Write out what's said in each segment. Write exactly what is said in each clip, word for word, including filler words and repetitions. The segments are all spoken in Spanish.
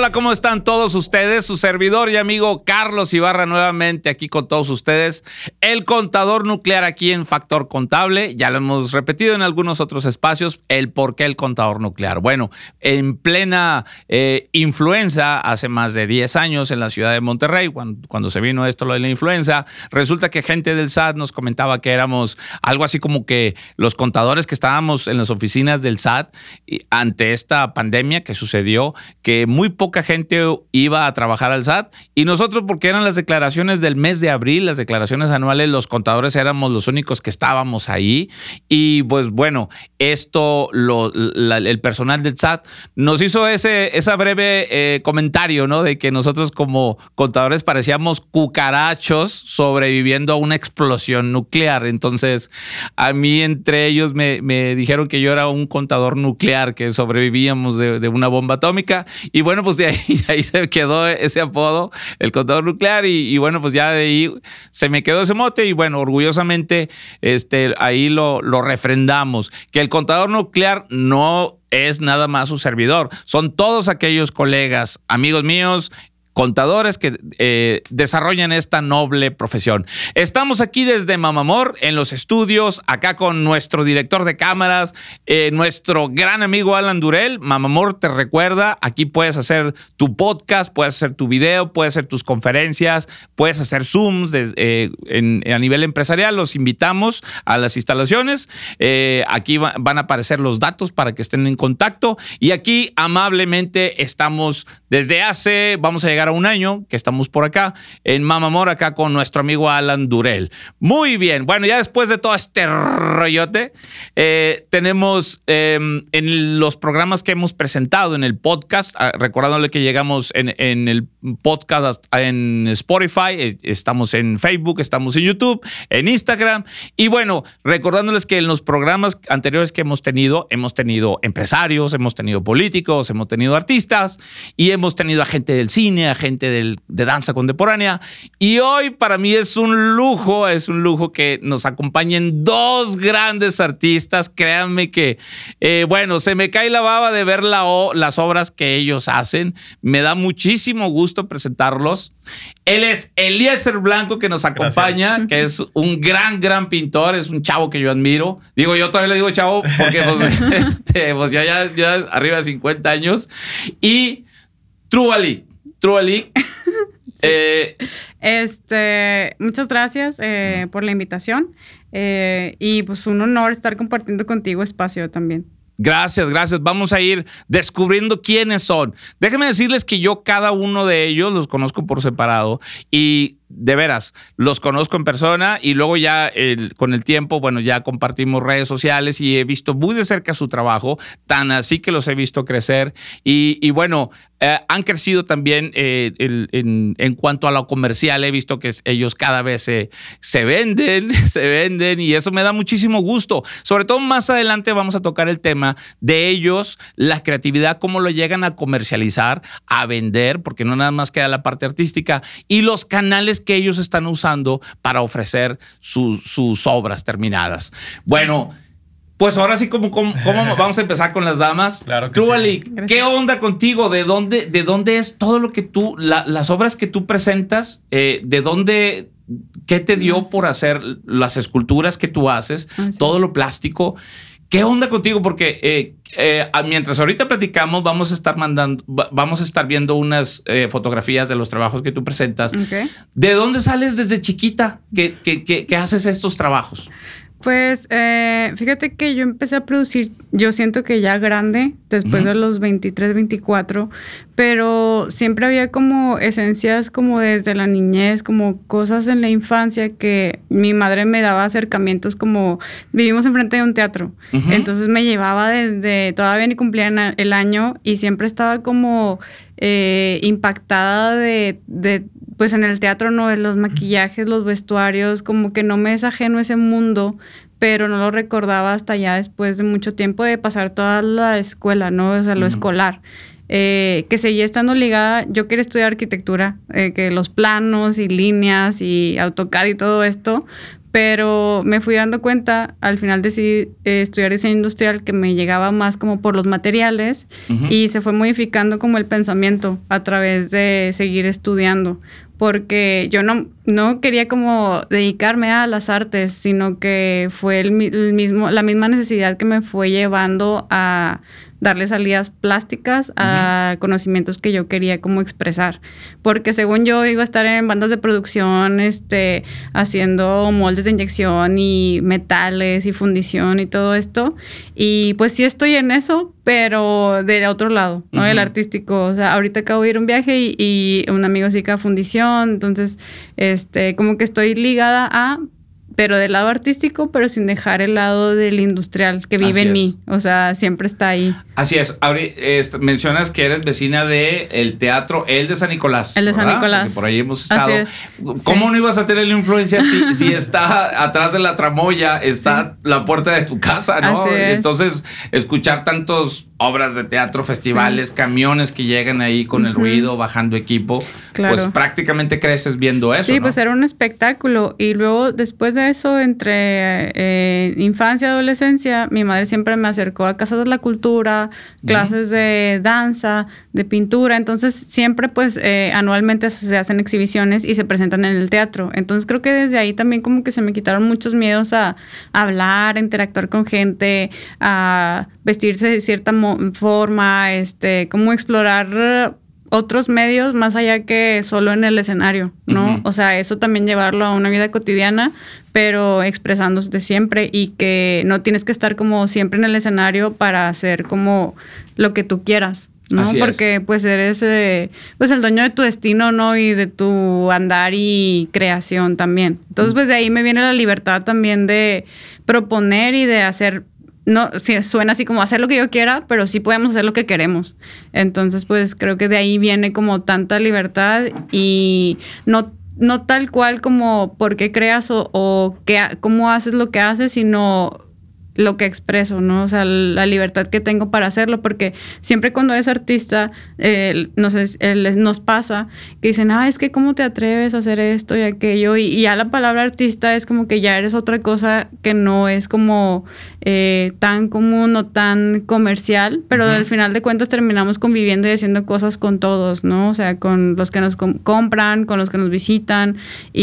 Hola, ¿cómo están todos ustedes? Su servidor y amigo Carlos Ibarra nuevamente aquí con todos ustedes. El contador nuclear aquí en Factor Contable. Ya lo hemos repetido en algunos otros espacios. El por qué el contador nuclear. Bueno, en plena eh, influenza, hace más de diez años en la ciudad de Monterrey, cuando, cuando se vino esto lo de la influenza, resulta que gente del S A T nos comentaba que éramos algo así como que los contadores que estábamos en las oficinas del S A T y ante esta pandemia que sucedió, que muy poca gente iba a trabajar al S A T y nosotros, porque eran las declaraciones del mes de abril, las declaraciones anuales, los contadores éramos los únicos que estábamos ahí y pues bueno, esto, lo, la, el personal del S A T nos hizo ese esa breve eh, comentario, ¿no? De que nosotros como contadores parecíamos cucarachos sobreviviendo a una explosión nuclear. Entonces a mí entre ellos me, me dijeron que yo era un contador nuclear, que sobrevivíamos de, de una bomba atómica y bueno, pues de ahí, de ahí se quedó ese apodo, el contador nuclear y, y bueno, pues ya de ahí se me quedó ese mote y bueno, orgullosamente este, ahí lo, lo refrendamos, que el contador nuclear no es nada más su servidor, son todos aquellos colegas, amigos míos, contadores que eh, desarrollan esta noble profesión. Estamos aquí desde Mamamor, en los estudios, acá con nuestro director de cámaras, eh, nuestro gran amigo Alan Durel. Mamamor te recuerda, aquí puedes hacer tu podcast, puedes hacer tu video, puedes hacer tus conferencias, puedes hacer Zooms de, eh, en, a nivel empresarial. Los invitamos a las instalaciones. Eh, aquí va, van a aparecer los datos para que estén en contacto y aquí amablemente estamos desde hace, vamos a llegar a un año que estamos por acá en Mamamor, acá con nuestro amigo Alan Durel. Muy bien, bueno, ya después de todo este rollote, eh, tenemos eh, en los programas que hemos presentado en el podcast, recordándole que llegamos en, en el podcast en Spotify, eh, estamos en Facebook, estamos en YouTube, en Instagram y bueno, recordándoles que en los programas anteriores que hemos tenido, hemos tenido empresarios, hemos tenido políticos, hemos tenido artistas y hemos tenido a gente del cine, a gente del, de danza contemporánea. Y hoy para mí es un lujo, es un lujo que nos acompañen dos grandes artistas. Créanme que, eh, bueno, se me cae la baba de ver la, las obras que ellos hacen. Me da muchísimo gusto presentarlos. Él es Eliezer Blanco, que nos acompaña, gracias, que es un gran, gran pintor, es un chavo que yo admiro. Digo, yo todavía le digo chavo porque pues, este, pues ya, ya, ya arriba de cincuenta años. Y Trubali. Trubali. Sí. Eh, este, muchas gracias eh, por la invitación eh, y pues un honor estar compartiendo contigo espacio también. Gracias, gracias. Vamos a ir descubriendo quiénes son. Déjenme decirles que yo cada uno de ellos los conozco por separado y de veras, los conozco en persona y luego ya el, con el tiempo, bueno, ya compartimos redes sociales y he visto muy de cerca su trabajo, tan así que los he visto crecer y, y bueno, eh, han crecido también eh, el, en, en cuanto a lo comercial. He visto que ellos cada vez se, se venden, se venden y eso me da muchísimo gusto. Sobre todo más adelante vamos a tocar el tema de ellos, la creatividad, cómo lo llegan a comercializar, a vender, porque no nada más queda la parte artística y los canales que ellos están usando para ofrecer su, sus obras terminadas. Bueno, pues ahora sí, ¿cómo, cómo, cómo vamos a empezar con las damas? Claro que Trubali, sí. ¿qué onda contigo? ¿De dónde, de dónde es todo lo que tú, la, las obras que tú presentas? Eh, ¿De dónde, qué te dio por hacer las esculturas que tú haces? Ah, sí. Todo lo plástico. ¿Qué onda contigo? Porque eh, eh, mientras ahorita platicamos, vamos a estar mandando, vamos a estar viendo unas eh, fotografías de los trabajos que tú presentas. Okay. ¿De dónde sales desde chiquita que, que, que, que haces estos trabajos? Pues eh, fíjate que yo empecé a producir, yo siento que ya grande, después uh-huh. de los veintitrés, veinticuatro, pero siempre había como esencias como desde la niñez, como cosas en la infancia que mi madre me daba acercamientos como, vivimos enfrente de un teatro, uh-huh. entonces me llevaba desde, todavía ni cumplía el año y siempre estaba como eh, impactada de, de pues en el teatro, ¿no? De los maquillajes, los vestuarios, como que no me es ajeno ese mundo, pero no lo recordaba hasta ya después de mucho tiempo de pasar toda la escuela, ¿no? O sea, lo uh-huh. escolar. Eh, que seguía estando ligada, yo quería estudiar arquitectura, eh, que los planos y líneas y AutoCAD y todo esto, pero me fui dando cuenta, al final decidí eh, estudiar diseño industrial, que me llegaba más como por los materiales, uh-huh. y se fue modificando como el pensamiento a través de seguir estudiando, porque yo no, no quería como dedicarme a las artes, sino que fue el, el mismo, la misma necesidad que me fue llevando a darle salidas plásticas a uh-huh. conocimientos que yo quería como expresar. Porque según yo iba a estar en bandas de producción, este, haciendo moldes de inyección y metales y fundición y todo esto. Y pues sí estoy en eso, pero del otro lado, ¿no? Uh-huh. El artístico. O sea, ahorita acabo de ir a un viaje y, y un amigo sí que a fundición. Entonces, este, como que estoy ligada a... pero del lado artístico, pero sin dejar el lado del industrial que vive Así en mí. O sea, siempre está ahí. Así es. Ahora, eh, mencionas que eres vecina del de teatro El de San Nicolás. El de San ¿verdad? Nicolás. Porque por ahí hemos estado. Así es. ¿Cómo sí. no ibas a tener la influencia si, si está atrás de la tramoya, está sí. la puerta de tu casa, ¿no? Así es. Entonces, escuchar tantos obras de teatro, festivales, sí. camiones que llegan ahí con uh-huh. el ruido, bajando equipo, claro. pues prácticamente creces viendo eso, Sí, ¿no? pues era un espectáculo. Y luego, después de eso, entre eh, infancia y adolescencia, mi madre siempre me acercó a casas de la cultura, uh-huh. clases de danza, de pintura. Entonces, siempre, pues, eh, anualmente se hacen exhibiciones y se presentan en el teatro. Entonces, creo que desde ahí también como que se me quitaron muchos miedos a, a hablar, a interactuar con gente, a vestirse de cierta mo- forma, este, cómo explorar otros medios más allá que solo en el escenario, ¿no? Uh-huh. O sea, eso también llevarlo a una vida cotidiana, pero expresándose siempre y que no tienes que estar como siempre en el escenario para hacer como lo que tú quieras, ¿no? Así Porque es. pues eres eh, pues el dueño de tu destino, ¿no? Y de tu andar y creación también. Entonces, pues de ahí me viene la libertad también de proponer y de hacer. No, sí, suena así como hacer lo que yo quiera, pero sí podemos hacer lo que queremos. Entonces, pues creo que de ahí viene como tanta libertad y no, no tal cual como por qué creas o, o qué, cómo haces lo que haces, sino lo que expreso, ¿no? O sea, la libertad que tengo para hacerlo, porque siempre cuando eres artista, eh, no sé, eh, nos pasa que dicen, ah, es que cómo te atreves a hacer esto y aquello, y, y ya la palabra artista es como que ya eres otra cosa que no es como eh, tan común o tan comercial, pero uh-huh. al final de cuentas terminamos conviviendo y haciendo cosas con todos, ¿no? O sea, con los que nos com- compran, con los que nos visitan,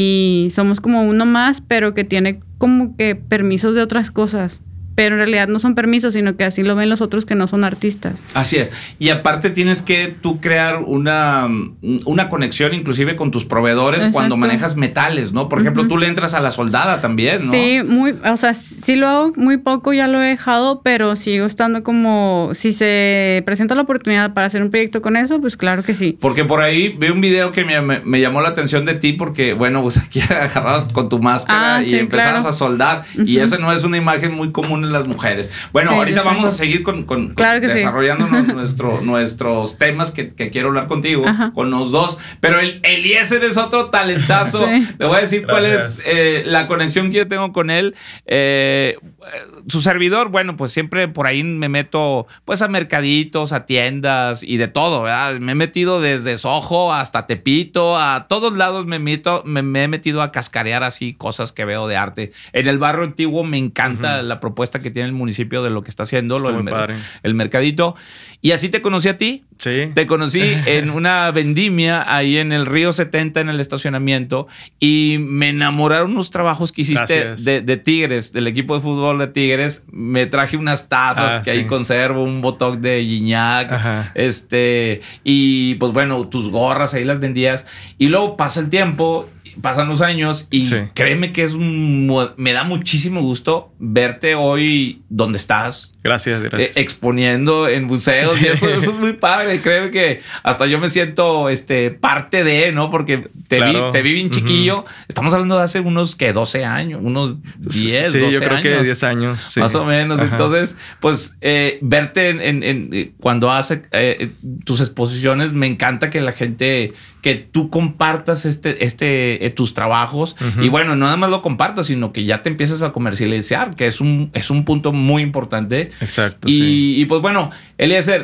y somos como uno más, pero que tiene como que permisos de otras cosas. Pero en realidad no son permisos, sino que así lo ven los otros que no son artistas. Así es. Y aparte tienes que tú crear una, una conexión inclusive con tus proveedores. Exacto. Cuando manejas metales, ¿no? Por ejemplo, uh-huh. tú le entras a la soldada también, ¿no? Sí, muy, o sea, sí lo hago muy poco, ya lo he dejado, pero sigo estando como, si se presenta la oportunidad para hacer un proyecto con eso, pues claro que sí. Porque por ahí vi un video que me, me, me llamó la atención de ti, porque, bueno, pues aquí agarrabas con tu máscara ah, y sí, empezabas claro. a soldar. Uh-huh. Y esa no es una imagen muy común en las mujeres. Bueno, sí, ahorita vamos a seguir con, con, claro con desarrollando sí. nuestro, nuestros temas que, que quiero hablar contigo, Ajá. con los dos. Pero el Eliezer es otro talentazo. Sí. Le voy a decir Gracias. cuál es eh, la conexión que yo tengo con él. Eh, su servidor, bueno, pues siempre por ahí me meto pues a mercaditos, a tiendas y de todo, ¿verdad? Me he metido desde Soho hasta Tepito, a todos lados me, meto, me, me he metido a cascarear así cosas que veo de arte. En el barrio antiguo me encanta uh-huh. la propuesta que tiene el municipio de lo que está haciendo, lo, el, el mercadito. Y así te conocí a ti. Sí. Te conocí en una vendimia ahí en el Río setenta en el estacionamiento y me enamoraron unos trabajos que hiciste de, de Tigres, del equipo de fútbol de Tigres. Me traje unas tazas ah, que sí. ahí conservo, un botón de Gignac, Ajá. este y pues bueno, tus gorras ahí las vendías. Y luego pasa el tiempo, pasan los años y sí. créeme que es un, me da muchísimo gusto verte hoy donde estás. Gracias, gracias. Eh, exponiendo en museos sí. y eso, eso es muy padre. Creo que hasta yo me siento este, parte de, ¿no? Porque te, claro. vi, te vi bien chiquillo. Uh-huh. Estamos hablando de hace unos, que doce años, unos diez, sí, doce yo creo años. que diez años. Sí. Más o menos. Ajá. Entonces, pues, eh, verte en, en, en, cuando hace eh, tus exposiciones, me encanta que la gente, que tú compartas este, este, eh, tus trabajos. Uh-huh. Y bueno, no nada más lo compartas, sino que ya te empieces a comercializar, que es un, es un punto muy importante. Exacto. Y, sí. y pues bueno, Eliezer,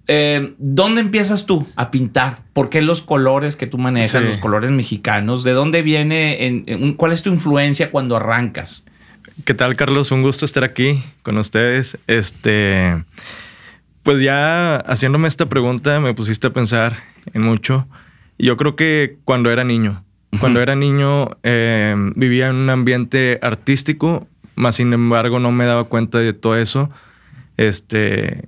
eh, ¿dónde empiezas tú a pintar? ¿Por qué los colores que tú manejas, sí. los colores mexicanos? ¿De dónde viene? En, en, ¿Cuál es tu influencia cuando arrancas? ¿Qué tal, Carlos? Un gusto estar aquí con ustedes. Este, pues ya haciéndome esta pregunta me pusiste a pensar en mucho. Yo creo que cuando era niño, uh-huh. cuando era niño eh, vivía en un ambiente artístico, más sin embargo no me daba cuenta de todo eso. Este,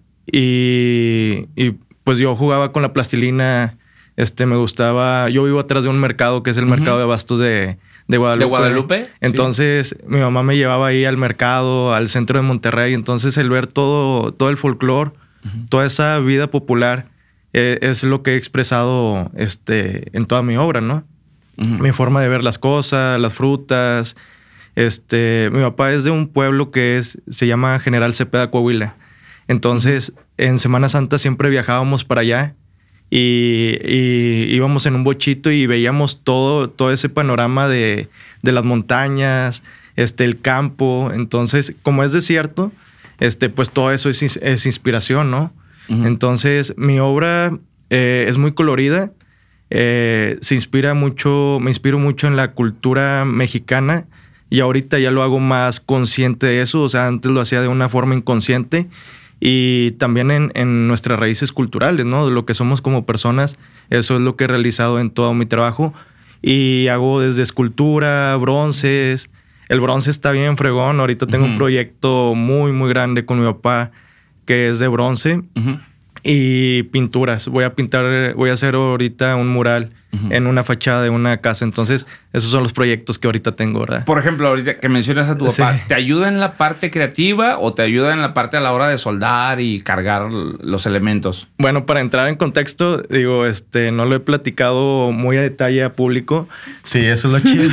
y, y pues yo jugaba con la plastilina, este, me gustaba, yo vivo atrás de un mercado que es el uh-huh. mercado de abastos de... ¿De Guadalupe? ¿De Guadalupe? Entonces, sí. mi mamá me llevaba ahí al mercado, al centro de Monterrey. Entonces, el ver todo, todo el folclore, uh-huh. toda esa vida popular, eh, es lo que he expresado este, en toda mi obra, ¿no? Uh-huh. Mi forma de ver las cosas, las frutas. Este, mi papá es de un pueblo que es, se llama General Cepeda, Coahuila. Entonces, uh-huh. en Semana Santa siempre viajábamos para allá. Y, y íbamos en un bochito y veíamos todo, todo ese panorama de, de las montañas, este, el campo. Entonces, como es desierto, este, pues todo eso es, es inspiración, ¿no? Uh-huh. Entonces, mi obra eh, es muy colorida. Eh, se inspira mucho, me inspiro mucho en la cultura mexicana y ahorita ya lo hago más consciente de eso. O sea, antes lo hacía de una forma inconsciente. Y también en, en nuestras raíces culturales, ¿no? De lo que somos como personas. Eso es lo que he realizado en todo mi trabajo. Y hago desde escultura, bronces. El bronce está bien fregón. Ahorita tengo uh-huh. un proyecto muy, muy grande con mi papá que es de bronce. Uh-huh. Y pinturas. Voy a pintar, voy a hacer ahorita un mural uh-huh. en una fachada de una casa. Entonces, esos son los proyectos que ahorita tengo, ¿verdad? Por ejemplo, ahorita que mencionas a tu papá, sí. ¿te ayuda en la parte creativa o te ayuda en la parte a la hora de soldar y cargar los elementos? Bueno, para entrar en contexto, digo, este, no lo he platicado muy a detalle a público. Sí, eso es lo chido.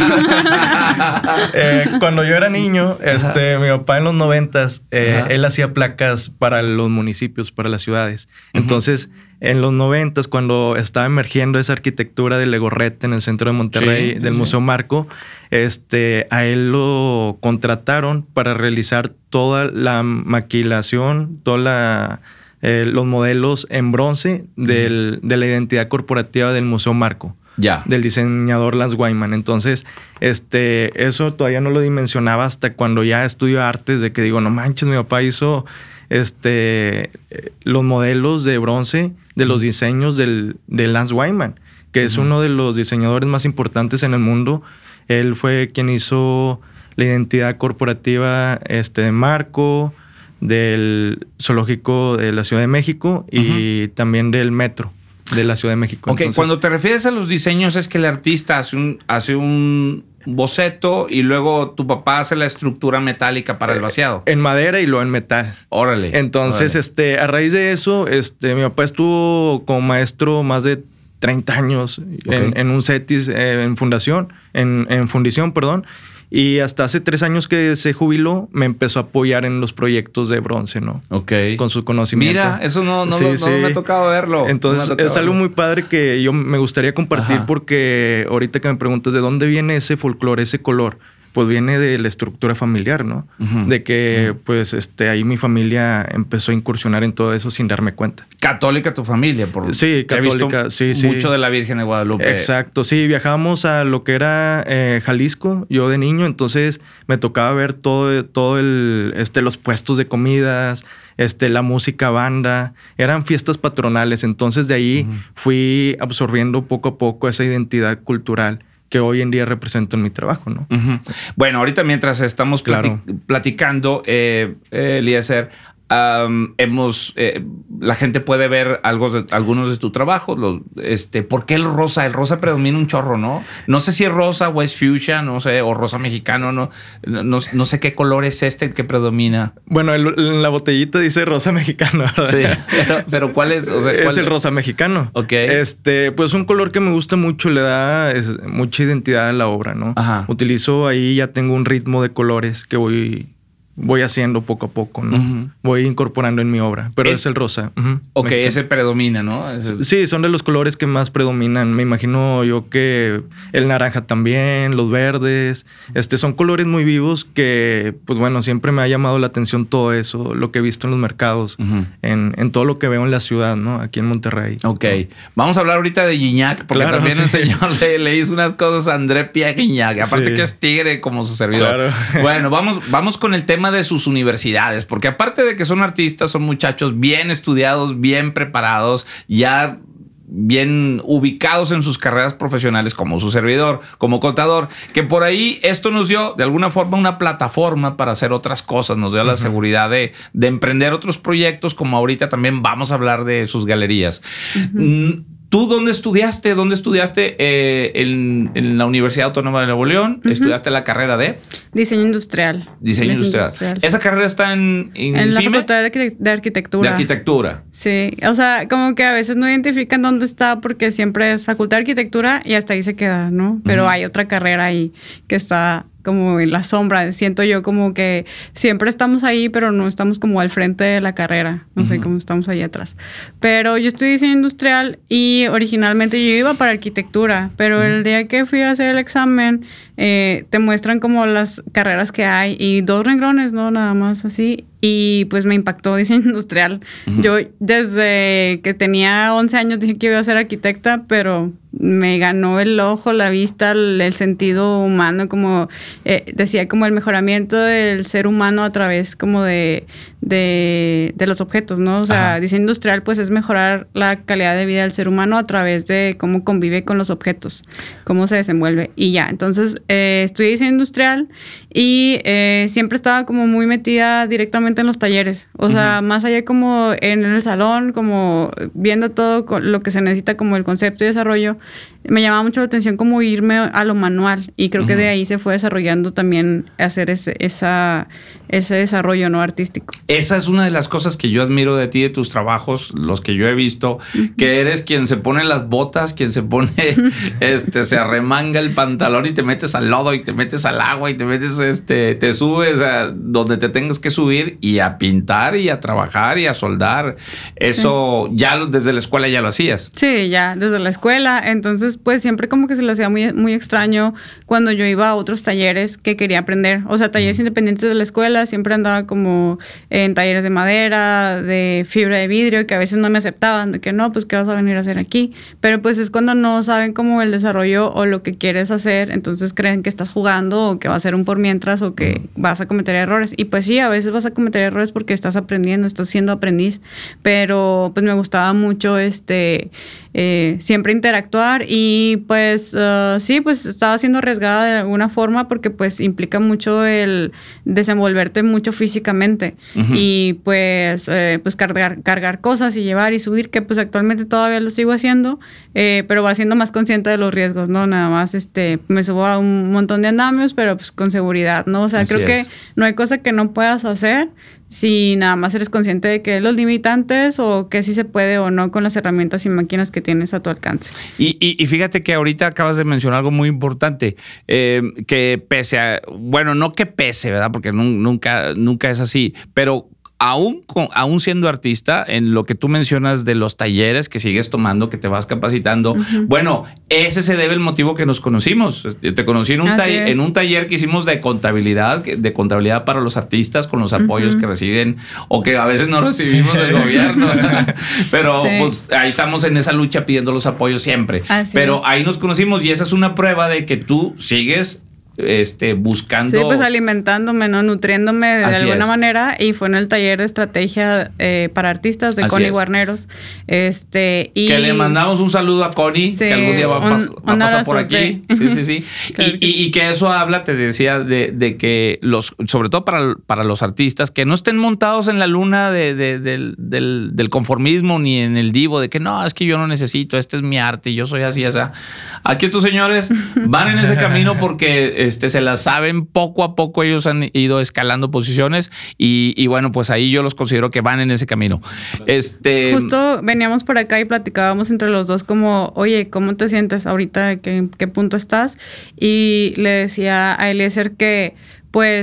eh, cuando yo era niño, este, mi papá en los noventas, eh, él hacía placas para los municipios, para las ciudades. Entonces, uh-huh. en los noventas, cuando estaba emergiendo esa arquitectura de Legorrete en el centro de Monterrey, sí, del sí. Museo Marco, este, a él lo contrataron para realizar toda la maquilación, toda la, eh, los modelos en bronce del, uh-huh. de la identidad corporativa del Museo Marco. Ya. Del diseñador Lance Wyman. Entonces, este, eso todavía no lo dimensionaba hasta cuando ya estudio artes, de que digo, no manches, mi papá hizo este, los modelos de bronce de los diseños del, de Lance Wyman, que uh-huh. es uno de los diseñadores más importantes en el mundo. Él fue quien hizo la identidad corporativa este, de Marco, del Zoológico de la Ciudad de México y uh-huh. también del Metro de la Ciudad de México. Ok, entonces, cuando te refieres a los diseños es que el artista hace un, hace un boceto y luego tu papá hace la estructura metálica para el vaciado. En madera y luego en metal. Órale. Entonces, órale. este, a raíz de eso, este, mi papá estuvo como maestro más de treinta años okay. en, en un CETIS, eh, en fundación, en, en fundición, perdón. Y hasta hace tres años que se jubiló, me empezó a apoyar en los proyectos de bronce, ¿no? Ok. Con su conocimiento. Mira, eso no, no, sí, lo, no sí. me ha tocado verlo. Entonces, no es algo verlo. muy padre que yo me gustaría compartir. Ajá. Porque ahorita que me preguntas de dónde viene ese folclore, ese color, pues viene de la estructura familiar, ¿no? Uh-huh. De que, uh-huh. pues, este, ahí mi familia empezó a incursionar en todo eso sin darme cuenta. ¿Católica tu familia? Por... Sí, católica, sí, sí. Mucho de la Virgen de Guadalupe. Exacto, sí. Viajamos a lo que era eh, Jalisco, yo de niño, entonces me tocaba ver todo, todo el, este, los puestos de comidas, este, la música banda. Eran fiestas patronales, entonces de ahí uh-huh. fui absorbiendo poco a poco esa identidad cultural que hoy en día represento en mi trabajo, ¿no? Uh-huh. Bueno, ahorita mientras estamos claro. platic- platicando, eh, eh, Eliezer, um, hemos, eh, la gente puede ver algo de, algunos de tu trabajo. Los, este, ¿por qué el rosa? El rosa predomina un chorro, ¿no? No sé si es rosa o es fuchsia, no sé, o rosa mexicano, no, no, no sé qué color es este el que predomina. Bueno, el, en la botellita dice rosa mexicano, ¿verdad? Sí, pero, pero ¿cuál es? O sea, ¿cuál es el rosa mexicano. Ok. Este, pues un color que me gusta mucho, le da es, mucha identidad a la obra, ¿no? Ajá. Utilizo ahí, ya tengo un ritmo de colores que voy voy haciendo poco a poco, ¿no? Uh-huh. Voy incorporando en mi obra, pero el, es el rosa. Uh-huh. Ok, mexicano. Ese predomina, ¿no? Ese... Sí, son de los colores que más predominan. Me imagino yo que el naranja también, los verdes, este, son colores muy vivos que, pues bueno, siempre me ha llamado la atención todo eso, lo que he visto en los mercados, uh-huh. en, en todo lo que veo en la ciudad, ¿no? Aquí en Monterrey. Ok, vamos a hablar ahorita de Gignac, porque claro, también sí. el señor le, le hizo unas cosas a André Pierre Gignac, aparte sí. que es tigre como su servidor. Claro. Bueno, vamos, vamos con el tema de sus universidades, porque aparte de que son artistas, son muchachos bien estudiados, bien preparados, ya bien ubicados en sus carreras profesionales, como su servidor, como contador, que por ahí esto nos dio de alguna forma una plataforma para hacer otras cosas, nos dio uh-huh. la seguridad de, de emprender otros proyectos, como ahorita también vamos a hablar de sus galerías. Uh-huh. ¿Tú dónde estudiaste? ¿Dónde estudiaste? Eh, en, en la Universidad Autónoma de Nuevo León. Uh-huh. ¿Estudiaste la carrera de? Diseño industrial. Diseño, Diseño industrial. industrial. ¿Esa carrera está en En, en la FIME? Facultad de, Arquitect- de Arquitectura. De Arquitectura. Sí. O sea, como que a veces no identifican dónde está porque siempre es Facultad de Arquitectura y hasta ahí se queda, ¿no? Pero uh-huh. hay otra carrera ahí que está como en la sombra. Siento yo como que siempre estamos ahí, pero no estamos como al frente de la carrera. No uh-huh. sé cómo estamos ahí atrás. Pero yo estudié diseño industrial y originalmente yo iba para arquitectura, pero uh-huh. el día que fui a hacer el examen, eh, te muestran como las carreras que hay y dos renglones, ¿no? Nada más así. Y pues me impactó diseño industrial. Uh-huh. Yo desde que tenía once años dije que iba a ser arquitecta, pero me ganó el ojo, la vista, el, el sentido humano, como eh, decía, como el mejoramiento del ser humano a través como de, de, de los objetos, ¿no? O sea, Ajá. diseño industrial pues es mejorar la calidad de vida del ser humano a través de cómo convive con los objetos, cómo se desenvuelve y ya. Entonces, eh, estudié diseño industrial y eh, siempre estaba como muy metida directamente en los talleres. O sea, uh-huh. más allá como en el salón, como viendo todo lo que se necesita como el concepto y desarrollo, me llamaba mucho la atención como irme a lo manual y creo uh-huh. que de ahí se fue desarrollando también hacer ese, esa, ese desarrollo no artístico. Esa es una de las cosas que yo admiro de ti, de tus trabajos, los que yo he visto, uh-huh. que eres quien se pone las botas, quien se pone, este, se arremanga el pantalón y te metes al lodo y te metes al agua y te metes, este, te subes a donde te tengas que subir y a pintar y a trabajar y a soldar. Eso sí. ya desde la escuela ya lo hacías. Sí, ya desde la escuela. Entonces, pues siempre como que se le hacía muy, muy extraño cuando yo iba a otros talleres que quería aprender. O sea, talleres independientes de la escuela, siempre andaba como en talleres de madera, de fibra de vidrio, que a veces no me aceptaban, de que no, pues ¿qué vas a venir a hacer aquí? Pero pues es cuando no saben como el desarrollo o lo que quieres hacer, entonces creen que estás jugando o que va a ser un por mientras o que vas a cometer errores. Y pues sí, a veces vas a cometer errores porque estás aprendiendo, estás siendo aprendiz, pero pues me gustaba mucho este... Eh, siempre interactuar y pues uh, sí, pues estaba siendo arriesgada de alguna forma porque pues implica mucho el desenvolverte mucho físicamente uh-huh. y pues, eh, pues cargar, cargar cosas y llevar y subir, que pues actualmente todavía lo sigo haciendo, eh, pero va siendo más consciente de los riesgos, ¿no? Nada más este, me subo a un montón de andamios, pero pues con seguridad, ¿no? O sea, Así creo es. que no hay cosa que no puedas hacer si nada más eres consciente de que los limitantes o que sí se puede o no con las herramientas y máquinas que tienes a tu alcance. Y, y, y fíjate que ahorita acabas de mencionar algo muy importante, eh, que pese a, bueno, no que pese, ¿verdad? Porque nunca, nunca es así, pero Aún, con, aún siendo artista, en lo que tú mencionas de los talleres que sigues tomando, que te vas capacitando, uh-huh. bueno, ese se debe el motivo que nos conocimos. Te conocí en un, taller, en un taller que hicimos de contabilidad, de contabilidad para los artistas, con los apoyos uh-huh. que reciben o que a veces no recibimos sí. del gobierno. Pero sí. pues ahí estamos en esa lucha pidiendo los apoyos siempre. Así Pero es. ahí nos conocimos y esa es una prueba de que tú sigues este, buscando... Sí, pues alimentándome, ¿no? Nutriéndome de Así alguna es. manera, y fue en el taller de estrategia eh, para artistas de Así Connie es. Guarneros. Este, y... Que le mandamos un saludo a Connie, sí, que algún día va, un, pas, va a pasar por aquí. Sí, sí, sí. Claro y, que... Y, y que eso habla, te decía, de, de que los, sobre todo para, para los artistas, que no estén montados en la luna de, de, de, del, del conformismo ni en el divo, de que no, es que yo no necesito, este es mi arte y yo soy así, o sea. Aquí estos señores van en ese camino porque este, se las saben poco a poco, ellos han ido escalando posiciones y, y bueno, pues ahí yo los considero que van en ese camino. Este, Justo veníamos por acá y platicábamos entre los dos como, oye, ¿cómo te sientes ahorita? ¿En qué, qué punto estás? Y le decía a Eliezer que pues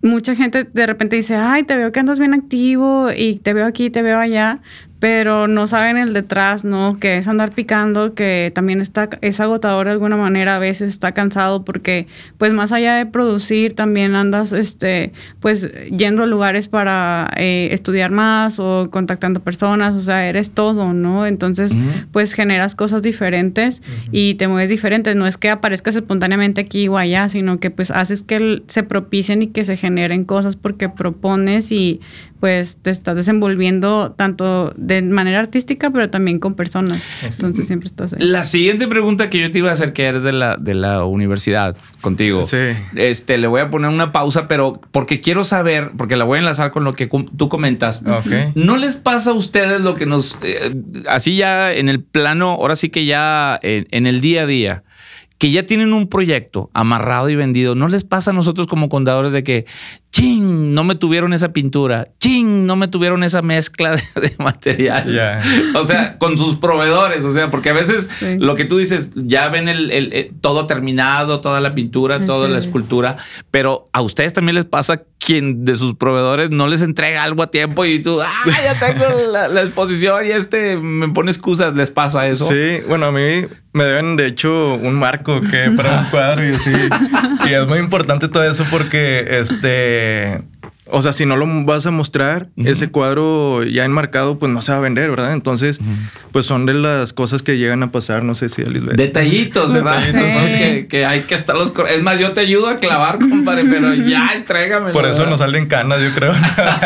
mucha gente de repente dice, ay, te veo que andas bien activo y te veo aquí, te veo allá, pero no saben el detrás, ¿no? Que es andar picando, que también está, es agotador de alguna manera, a veces está cansado porque, pues, más allá de producir, también andas, este, pues, yendo a lugares para eh, estudiar más o contactando personas, o sea, eres todo, ¿no? Entonces, uh-huh. pues, generas cosas diferentes uh-huh. y te mueves diferente. No es que aparezcas espontáneamente aquí o allá, sino que, pues, haces que el, se propicien y que se generen cosas porque propones y, pues, te estás desenvolviendo tanto de manera artística, pero también con personas. Entonces siempre estás ahí. La siguiente pregunta que yo te iba a hacer, que eres de la, de la universidad contigo. Sí. Este, le voy a poner una pausa, pero porque quiero saber, porque la voy a enlazar con lo que tú comentas. Okay. ¿No les pasa a ustedes lo que nos... Eh, así ya en el plano, ahora sí que ya en, en el día a día, que ya tienen un proyecto amarrado y vendido, ¿no les pasa a nosotros como contadores de que, ching, no me tuvieron esa pintura, ching, no me tuvieron esa mezcla de, de material? Yeah. O sea, con sus proveedores, o sea, porque a veces sí. lo que tú dices, ya ven el, el, el todo terminado, toda la pintura, Así toda la escultura, es. Pero a ustedes también les pasa quien de sus proveedores no les entrega algo a tiempo y tú, ah, ya tengo la, la exposición y este me pone excusas, ¿les pasa eso? Sí, bueno, a mí me deben de hecho un marco que para un cuadro y así. Y es muy importante todo eso porque este... O sea, si no lo vas a mostrar, uh-huh. ese cuadro ya enmarcado, pues no se va a vender, ¿verdad? Entonces, uh-huh. pues son de las cosas que llegan a pasar, no sé si Lisbeth. Detallitos, ¿verdad? Detallitos, sí. ¿no? que, que hay que estarlos... Es más, yo te ayudo a clavar, compadre, pero ya, entrégame. Por eso nos salen canas, yo creo.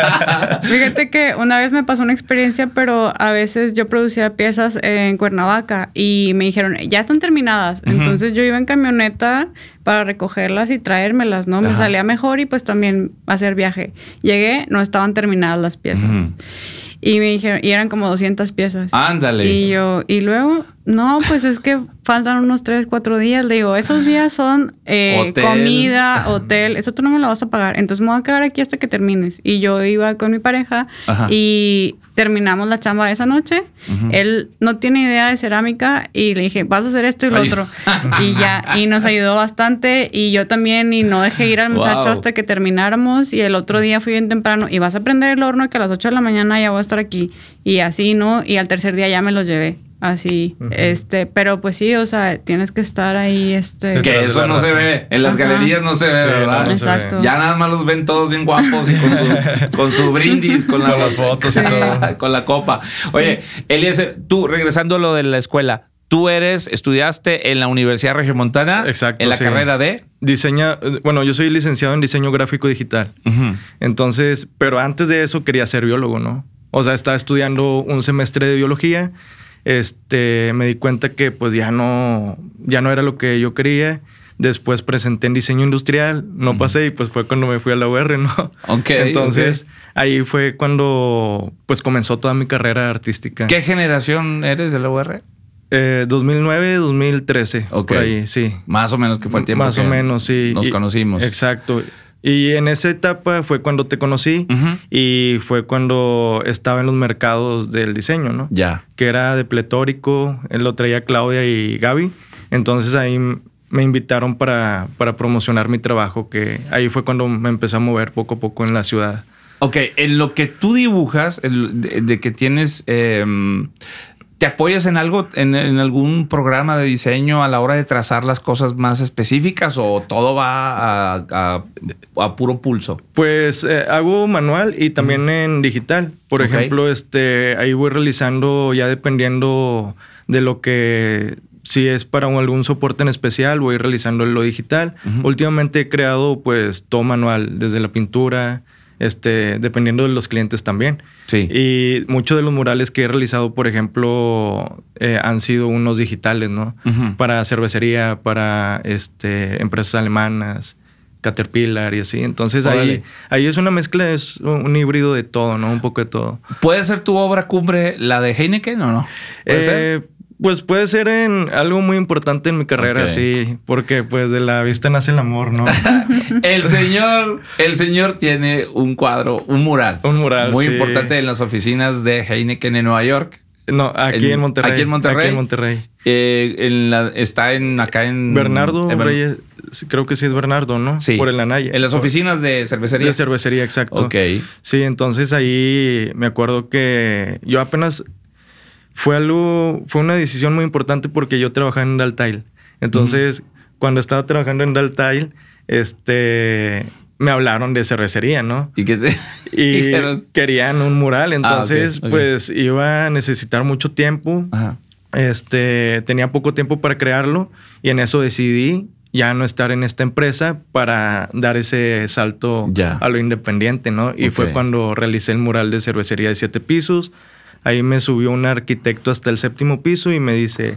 Fíjate que una vez me pasó una experiencia, pero a veces yo producía piezas en Cuernavaca y me dijeron, ya están terminadas. Uh-huh. Entonces yo iba en camioneta para recogerlas y traérmelas, ¿no? Ajá. Me salía mejor y pues también hacer viaje. Llegué, no estaban terminadas las piezas. Uh-huh. Y me dijeron, y eran como doscientas piezas. Ándale. Y yo, y luego, no, pues es que faltan unos tres, cuatro días. Le digo, esos días son eh, hotel. comida, hotel. Eso tú no me lo vas a pagar. Entonces me voy a quedar aquí hasta que termines. Y yo iba con mi pareja Ajá. y terminamos la chamba esa noche. Uh-huh. Él no tiene idea de cerámica y le dije, vas a hacer esto y lo Ay. otro. Y ya, y nos ayudó bastante. Y yo también, y no dejé ir al muchacho wow. hasta que termináramos. Y el otro día fui bien temprano y vas a prender el horno que a las ocho de la mañana ya voy a estar aquí. Y así, ¿no? Y al tercer día ya me los llevé. Así, uh-huh. este, pero pues sí, o sea, tienes que estar ahí, este... Que eso no se ve, en las Ajá. galerías no se ve, sí, ¿verdad? No, no Exacto. Ya nada más los ven todos bien guapos y con su, con su brindis, con, la, con las fotos sí. y todo. Con la copa. Oye, sí. Eliezer, tú, regresando a lo de la escuela, tú eres, estudiaste en la Universidad Regiomontana. Exacto, en la sí. carrera de... Diseña, bueno, yo soy licenciado en diseño gráfico digital. Uh-huh. Entonces, pero antes de eso quería ser biólogo, ¿no? O sea, estaba estudiando un semestre de biología. Este, me di cuenta que pues ya no, ya no era lo que yo quería. Después presenté en diseño industrial, no uh-huh. pasé y pues fue cuando me fui a la U R, ¿no? Okay, Entonces, okay. ahí fue cuando pues comenzó toda mi carrera artística. ¿Qué generación eres de la U R? Eh, dos mil nueve, dos mil trece. Ok. Por ahí, sí. Más o menos que fue el tiempo Más que o menos, sí. Nos y, conocimos. Exacto. Y en esa etapa fue cuando te conocí uh-huh. y fue cuando estaba en los mercados del diseño, ¿no? Ya. Que era de Pletórico, él lo traía Claudia y Gaby. Entonces ahí me invitaron para, para promocionar mi trabajo, que ahí fue cuando me empecé a mover poco a poco en la ciudad. Ok, en lo que tú dibujas, de, de que tienes... Eh, ¿Te apoyas en algo, en, en algún programa de diseño a la hora de trazar las cosas más específicas o todo va a, a, a puro pulso? Pues eh, hago manual y también mm. en digital. Por okay. ejemplo, este, ahí voy realizando ya dependiendo de lo que... Si es para algún soporte en especial, voy realizando lo digital. Uh-huh. Últimamente he creado pues todo manual, desde la pintura... Este, dependiendo de los clientes también. Sí. Y muchos de los murales que he realizado, por ejemplo, eh, han sido unos digitales, ¿no? Uh-huh. Para cervecería, para este, empresas alemanas, Caterpillar y así. Entonces ahí, ahí es una mezcla, es un híbrido de todo, ¿no? Un poco de todo. ¿Puede ser tu obra cumbre la de Heineken o no? ¿Puede eh, ser? Pues puede ser en algo muy importante en mi carrera, okay. sí. Porque pues de la vista nace el amor, ¿no? el señor el señor tiene un cuadro, un mural. Un mural, muy sí. importante en las oficinas de Heineken en Nueva York. No, aquí en, en Monterrey. Aquí en Monterrey. Aquí en Monterrey. Eh, en la, está en acá en... Bernardo en, Reyes. creo que sí es Bernardo, ¿no? Sí. Por el Anaya. En las oficinas de cervecería. De cervecería, exacto. Ok. Sí, entonces ahí me acuerdo que yo apenas... Fue algo... Fue una decisión muy importante porque yo trabajaba en Daltile. Entonces, uh-huh. cuando estaba trabajando en Daltile, este... me hablaron de cervecería, ¿no? ¿Y qué te Y dijeron? Querían un mural. Entonces, ah, okay, okay. pues, iba a necesitar mucho tiempo. Ajá. Este... Tenía poco tiempo para crearlo. Y en eso decidí ya no estar en esta empresa para dar ese salto ya. a lo independiente, ¿no? Y okay. fue cuando realicé el mural de cervecería de siete pisos. Ahí me subió un arquitecto hasta el séptimo piso y me dice,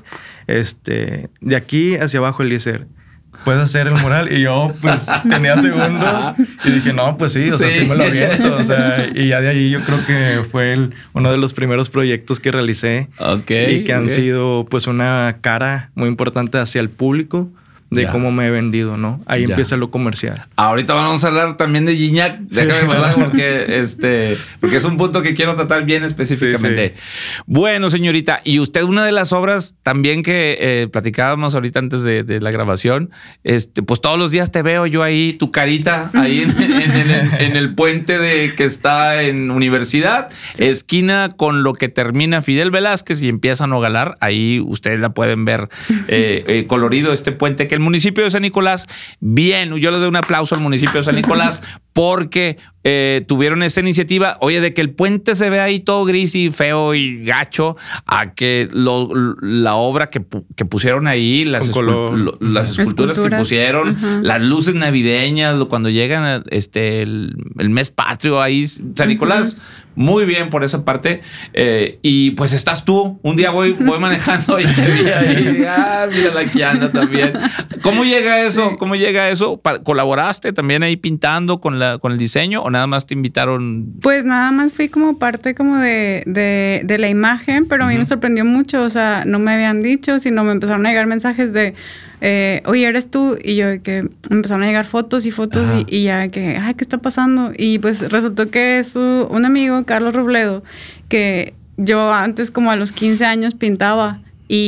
este, de aquí hacia abajo, Eliezer, ¿puedes hacer el mural? Y yo, pues, tenía segundos y dije, no, pues sí, o sí. sea, sí me lo aviento. O sea, y ya de ahí yo creo que fue el, uno de los primeros proyectos que realicé. Okay, y que han okay. sido, pues, una cara muy importante hacia el público. De ya. cómo me he vendido, ¿no? Ahí ya. empieza lo comercial. Ahorita vamos a hablar también de Gignac. Déjame sí. pasar porque, este, porque es un punto que quiero tratar bien específicamente. Sí, sí. Bueno, señorita, y usted una de las obras también que eh, platicábamos ahorita antes de, de la grabación, este, pues todos los días te veo yo ahí, tu carita, ahí en, en, en, en, en el puente de que está en Universidad, sí. esquina con lo que termina Fidel Velázquez y empieza Nogalar. Ahí ustedes la pueden ver eh, eh, colorido este puente que el municipio de San Nicolás, bien, yo le doy un aplauso al municipio de San Nicolás porque eh, tuvieron esta iniciativa, oye, de que el puente se ve ahí todo gris y feo y gacho, a que lo, la obra que, que pusieron ahí, las, escul lo, las esculturas, esculturas que pusieron, uh-huh. las luces navideñas, cuando llegan este, el, el mes patrio ahí, San Nicolás, uh-huh. muy bien por esa parte. Eh, y pues estás tú, un día voy, voy manejando y te vi ahí, ah, mírala aquí anda también. ¿Cómo llega eso? Sí. ¿Cómo llega eso? ¿Colaboraste también ahí pintando con, la, con el diseño o nada más te invitaron? Pues nada más fui como parte como de, de, de la imagen, pero a mí uh-huh. me sorprendió mucho, o sea, no me habían dicho, sino me empezaron a llegar mensajes de, eh, oye, ¿eres tú? Y yo que empezaron a llegar fotos y fotos y, y ya que, ay, ¿qué está pasando? Y pues resultó que es un amigo, Carlos Robledo, que yo antes como a los quince años pintaba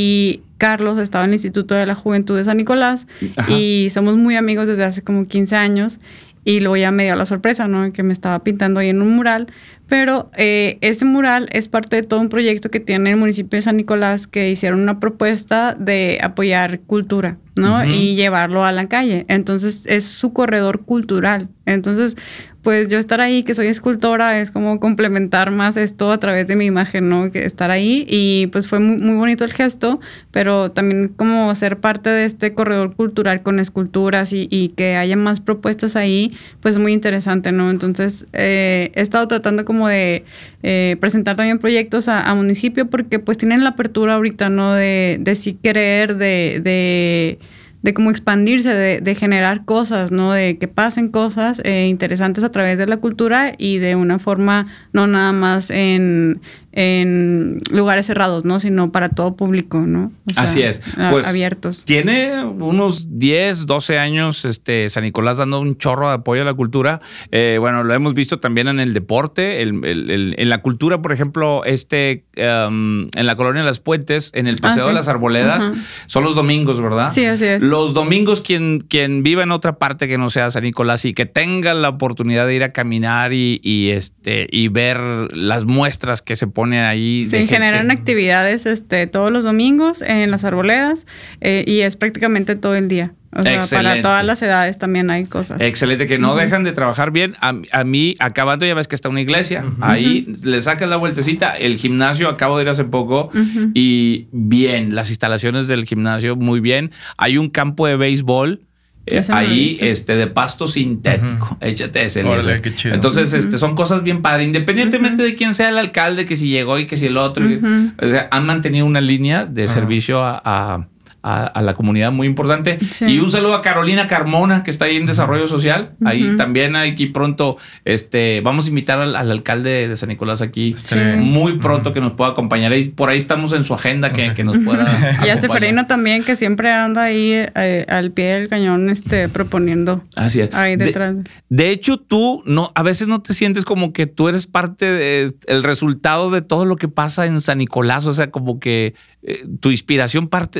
y Carlos estaba en el Instituto de la Juventud de San Nicolás. Ajá. Y somos muy amigos desde hace como quince años y luego ya me dio la sorpresa, ¿no? Que me estaba pintando ahí en un mural, pero eh, ese mural es parte de todo un proyecto que tiene el municipio de San Nicolás, que hicieron una propuesta de apoyar cultura, ¿no? Uh-huh. Y llevarlo a la calle. Entonces es su corredor cultural. Entonces, pues yo estar ahí, que soy escultora, es como complementar más esto a través de mi imagen, ¿no? Que estar ahí y pues fue muy, muy bonito el gesto, pero también como ser parte de este corredor cultural con esculturas y, y que haya más propuestas ahí, pues muy interesante, ¿no? Entonces eh, he estado tratando como de eh, presentar también proyectos a, a municipio porque pues tienen la apertura ahorita, ¿no? De, de sí querer, de... de de cómo expandirse, de, de generar cosas, ¿no? De que pasen cosas eh, interesantes a través de la cultura y de una forma no nada más en, en lugares cerrados, ¿no? Sino para todo público, ¿no? O sea, así es. A, pues abiertos. Tiene unos diez, doce años este, San Nicolás dando un chorro de apoyo a la cultura. Eh, bueno, lo hemos visto también en el deporte, el, el, el, en la cultura, por ejemplo, este um, en la colonia de Las Puentes, en el Paseo ah, sí. de las Arboledas, uh-huh. son los domingos, ¿verdad? Sí, así es. Los domingos, quien, quien viva en otra parte que no sea San Nicolás y que tenga la oportunidad de ir a caminar y, y, este, y ver las muestras que se ponen ahí. Se generan actividades este, todos los domingos en las Arboledas eh, y es prácticamente todo el día. O sea, excelente. Para todas las edades también hay cosas. Excelente, que no uh-huh. dejan de trabajar bien. A, a mí, acabando, ya ves que está una iglesia. Uh-huh. Ahí uh-huh. le sacas la vueltecita. El gimnasio, acabo de ir hace poco. Uh-huh. Y bien, las instalaciones del gimnasio, muy bien. Hay un campo de béisbol. Eh, ahí, este, de pasto sintético. Uh-huh. Échate ese. Órale, qué chido. Entonces, uh-huh. este, son cosas bien padres. Independientemente uh-huh. de quién sea el alcalde, que si llegó y que si el otro. Uh-huh. O sea, han mantenido una línea de uh-huh. servicio a... a A, a la comunidad muy importante. Sí. Y un saludo a Carolina Carmona, que está ahí en Desarrollo Social. Uh-huh. Ahí también, aquí pronto, este, vamos a invitar al, al alcalde de San Nicolás aquí sí. muy pronto uh-huh. que nos pueda acompañar. Y por ahí estamos en su agenda que, o sea, que nos pueda y a Seferino también, que siempre anda ahí eh, al pie del cañón este, proponiendo. Así es. Ahí detrás. De, de hecho, tú no, a veces no te sientes como que tú eres parte del resultado de todo lo que pasa en San Nicolás. O sea, como que eh, tu inspiración parte, parte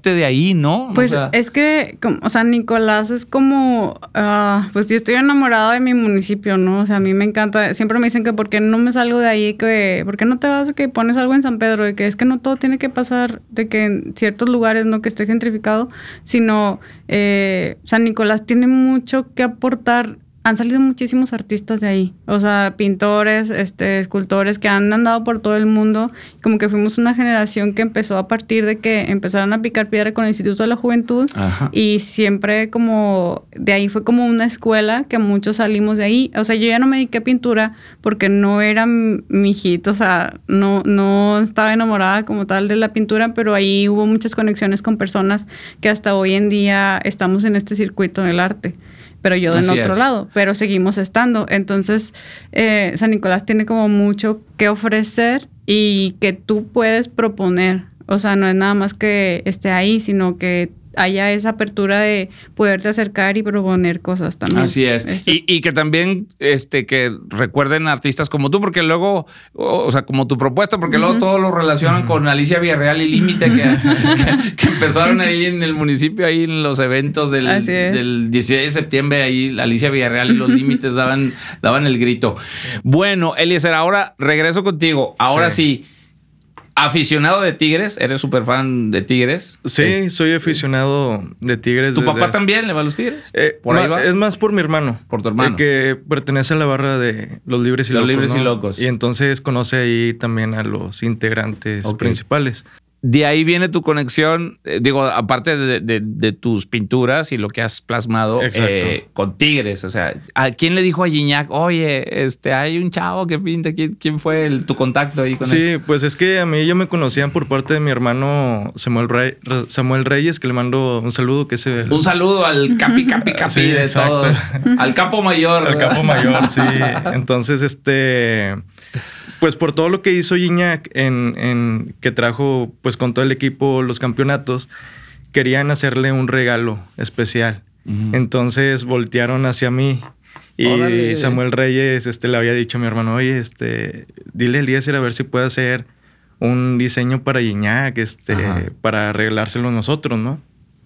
parte de ahí, ¿no? Pues o sea, es que, o sea, Nicolás es como, uh, pues yo estoy enamorada de mi municipio, ¿no? O sea, a mí me encanta, siempre me dicen que por qué no me salgo de ahí, que por qué no te vas, que pones algo en San Pedro, de que es que no todo tiene que pasar, de que en ciertos lugares, no que esté gentrificado, sino eh, San Nicolás tiene mucho que aportar. Han salido muchísimos artistas de ahí, o sea, pintores, este, escultores que han andado por todo el mundo, como que fuimos una generación que empezó a partir de que empezaron a picar piedra con el Instituto de la Juventud. Ajá. Y siempre como, de ahí fue como una escuela que muchos salimos de ahí, o sea, yo ya no me dediqué a pintura porque no era mi hit, o sea, no, no estaba enamorada como tal de la pintura, pero ahí hubo muchas conexiones con personas que hasta hoy en día estamos en este circuito del arte. Pero yo en otro es. lado, pero seguimos estando. Entonces, eh, San Nicolás tiene como mucho que ofrecer y que tú puedes proponer. O sea, no es nada más que esté ahí, sino que haya esa apertura de poderte acercar y proponer cosas también. Así es. Y, y que también este, que recuerden artistas como tú, porque luego, o, o sea, como tu propuesta, porque uh-huh. luego todo lo relacionan uh-huh. con Alicia Villarreal y Límite, que, que, que empezaron ahí en el municipio, ahí en los eventos del, del dieciséis de septiembre, ahí Alicia Villarreal y los Límites daban, daban el grito. Bueno, Eliezer, ahora regreso contigo. Ahora sí. sí ¿Aficionado de Tigres? ¿Eres súper fan de Tigres? Sí, es... soy aficionado de Tigres. ¿Tu desde... papá también le va a los Tigres? Eh, ¿Por ahí va? Es más por mi hermano. Por tu hermano. El que pertenece a la barra de los Libres y los Locos. Los Libres ¿no? y Locos. Y entonces conoce ahí también a los integrantes okay. principales. De ahí viene tu conexión, eh, digo, aparte de, de, de tus pinturas y lo que has plasmado eh, con Tigres. O sea, ¿a quién le dijo a Gignac, oye, este, hay un chavo que pinta? ¿Quién, quién fue el, tu contacto ahí con sí, él? Sí, pues es que a mí ya me conocían por parte de mi hermano Samuel, Rey, Samuel Reyes, que le mando un saludo. Que es el... Un saludo al capi, capi, capi sí, de exacto. todos. Al capo mayor. Al ¿verdad? Capo mayor, sí. Entonces, este... Pues por todo lo que hizo Gignac en, en que trajo pues con todo el equipo los campeonatos, querían hacerle un regalo especial. Uh-huh. Entonces voltearon hacia mí y Órale. Samuel Reyes este, le había dicho a mi hermano, oye, este, dile a Eliezer a ver si puede hacer un diseño para Gignac, este, para regalárselo nosotros, ¿no?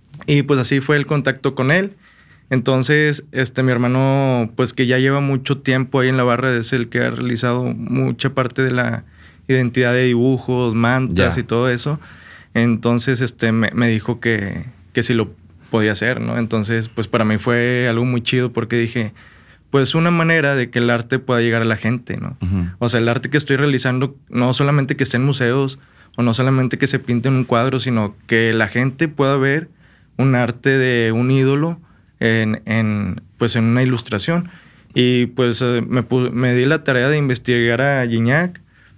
Y pues así fue el contacto con él. Entonces, este, mi hermano, pues que ya lleva mucho tiempo ahí en la barra, es el que ha realizado mucha parte de la identidad de dibujos, mantas yeah. y todo eso. Entonces, este, me, me dijo que, que sí lo podía hacer, ¿no? Entonces, pues para mí fue algo muy chido porque dije, pues una manera de que el arte pueda llegar a la gente, ¿no? Uh-huh. O sea, el arte que estoy realizando, no solamente que esté en museos o no solamente que se pinte en un cuadro, sino que la gente pueda ver un arte de un ídolo En, en, pues en una ilustración. Y pues eh, me, me di la tarea de investigar a Gignac,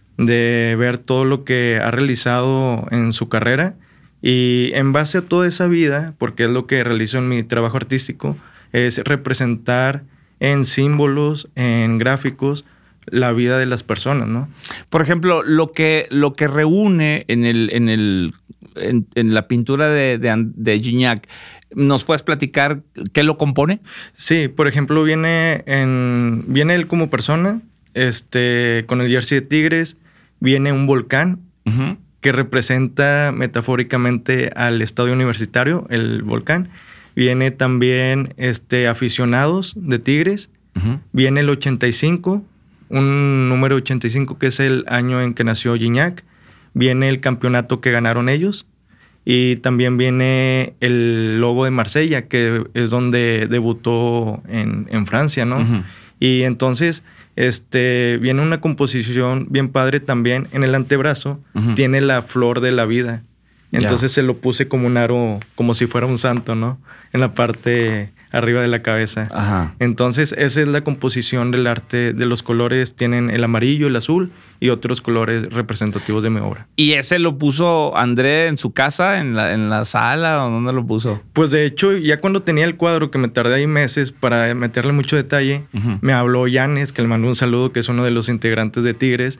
de ver todo lo que ha realizado en su carrera y en base a toda esa vida, porque es lo que realizo en mi trabajo artístico, es representar en símbolos, en gráficos, la vida de las personas, ¿no? Por ejemplo, lo que, lo que reúne en el... En el En, en la pintura de, de, de Gignac, ¿nos puedes platicar qué lo compone? Sí, por ejemplo, viene en viene él como persona, este, con el jersey de Tigres, viene un volcán uh-huh. que representa metafóricamente al estadio universitario, el volcán. Viene también este, aficionados de Tigres, uh-huh. viene el ochenta y cinco, un número ochenta y cinco que es el año en que nació Gignac. Viene el campeonato que ganaron ellos y también viene el logo de Marsella, que es donde debutó en, en Francia, ¿no? Uh-huh. Y entonces este, viene una composición bien padre también. En el antebrazo uh-huh. tiene la flor de la vida. Entonces yeah. se lo puse como un aro, como si fuera un santo, ¿no? En la parte arriba de la cabeza. Ajá. Entonces esa es la composición del arte. De los colores tienen el amarillo, el azul y otros colores representativos de mi obra. ¿Y ese lo puso André en su casa, en la, en la sala o dónde lo puso? Pues de hecho ya cuando tenía el cuadro, que me tardé ahí meses para meterle mucho detalle, uh-huh. me habló Yanes, que le mandó un saludo, que es uno de los integrantes de Tigres,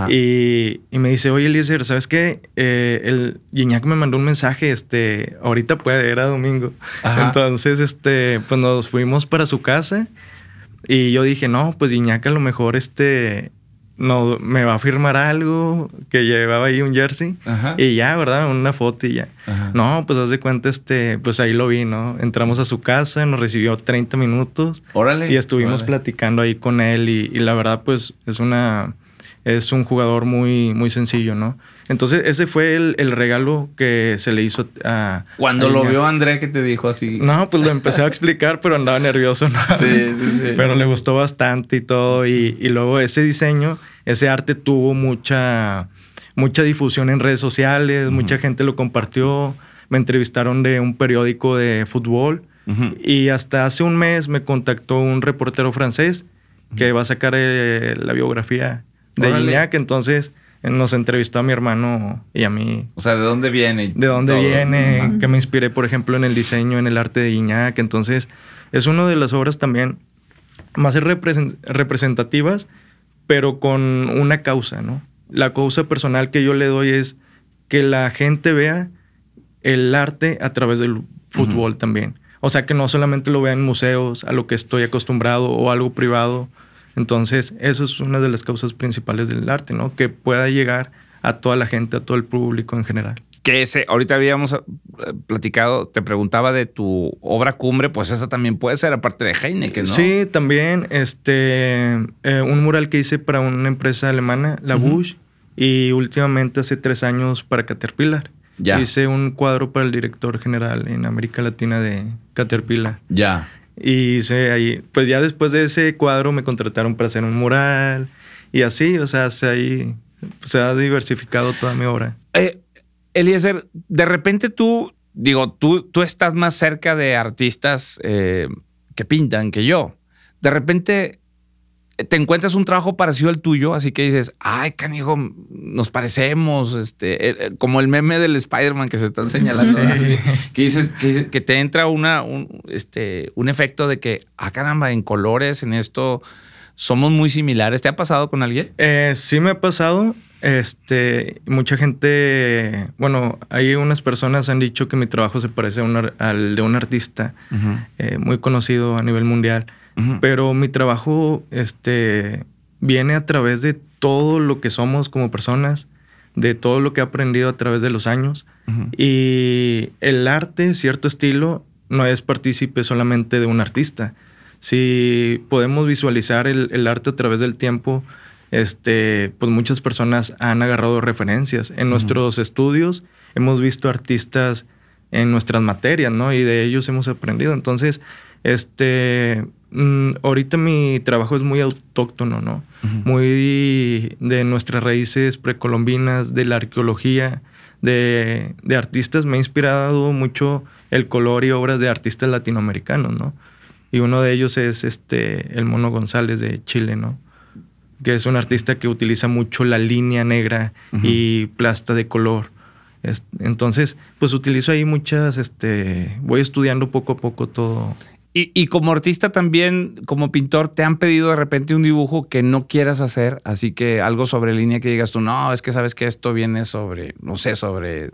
y, y me dice, oye Eliezer, ¿sabes qué? Eh, el Gignac me mandó un mensaje, este, ahorita puede, era domingo. Ajá. Entonces este, pues nos fuimos para su casa y yo dije, no, pues Gignac a lo mejor este... no, me va a firmar algo, que llevaba ahí un jersey. Ajá. Y ya, ¿verdad? Una foto y ya. Ajá. No, pues haz de cuenta, este, pues ahí lo vi, ¿no? Entramos a su casa, nos recibió treinta minutos. Órale. Y estuvimos órale. platicando ahí con él y, y la verdad, pues es una... Es un jugador muy, muy sencillo, ¿no? Entonces, ese fue el, el regalo que se le hizo a... Cuando a lo Iñak. vio André, ¿qué te dijo así? No, pues lo empecé a explicar, pero andaba nervioso, ¿no? Sí, sí, sí. Pero le gustó bastante y todo. Y, y luego ese diseño, ese arte tuvo mucha, mucha difusión en redes sociales. Uh-huh. Mucha gente lo compartió. Me entrevistaron de un periódico de fútbol. Uh-huh. Y hasta hace un mes me contactó un reportero francés uh-huh. que va a sacar eh, la biografía de Iñak, entonces nos entrevistó a mi hermano y a mí. O sea, ¿de dónde viene? De dónde todo. viene, uh-huh. que me inspiré, por ejemplo, en el diseño, en el arte de Iñak. Entonces, es una de las obras también más represent- representativas, pero con una causa, ¿no? La causa personal que yo le doy es que la gente vea el arte a través del fútbol uh-huh. también. O sea, que no solamente lo vea en museos, a lo que estoy acostumbrado, o algo privado. Entonces, eso es una de las causas principales del arte, ¿no? Que pueda llegar a toda la gente, a todo el público en general. Que ese, ahorita habíamos platicado, te preguntaba de tu obra cumbre, pues esa también puede ser, aparte de Heineken, ¿no? Sí, también, este, eh, un mural que hice para una empresa alemana, la uh-huh. Bush, y últimamente hace tres años para Caterpillar. Ya. Hice un cuadro para el director general en América Latina de Caterpillar. Ya. Y hice ahí, pues ya después de ese cuadro me contrataron para hacer un mural y así, o sea, se, ahí, se ha diversificado toda mi obra. Eh, Eliezer, de repente tú, digo, tú, tú estás más cerca de artistas eh, que pintan que yo. De repente te encuentras un trabajo parecido al tuyo, así que dices, ay, canijo, nos parecemos, este, eh, como el meme del Spider-Man que se están señalando, sí. que dices que, que te entra una, un, este, un efecto de que, ah, caramba, en colores, en esto, somos muy similares. ¿Te ha pasado con alguien? Eh, sí me ha pasado. Este, mucha gente, bueno, hay unas personas han dicho que mi trabajo se parece a un, al de un artista uh-huh. eh, muy conocido a nivel mundial. Uh-huh. Pero mi trabajo este, viene a través de todo lo que somos como personas, de todo lo que he aprendido a través de los años. Uh-huh. Y el arte, cierto estilo, no es partícipe solamente de un artista. Si podemos visualizar el, el arte a través del tiempo, este, pues muchas personas han agarrado referencias. En uh-huh. nuestros estudios hemos visto artistas en nuestras materias, ¿no? Y de ellos hemos aprendido. Entonces, este... ahorita mi trabajo es muy autóctono, ¿no? Uh-huh. Muy de nuestras raíces precolombinas, de la arqueología, de, de artistas. Me ha inspirado mucho el color y obras de artistas latinoamericanos, ¿no? Y uno de ellos es este, el Mono González de Chile, ¿no? Que es un artista que utiliza mucho la línea negra uh-huh. y plasta de color. Es, entonces, pues utilizo ahí muchas, este, voy estudiando poco a poco todo. Y, y como artista también, como pintor, te han pedido de repente un dibujo que no quieras hacer, así que algo sobre línea que digas tú, no, es que sabes que esto viene sobre, no sé, sobre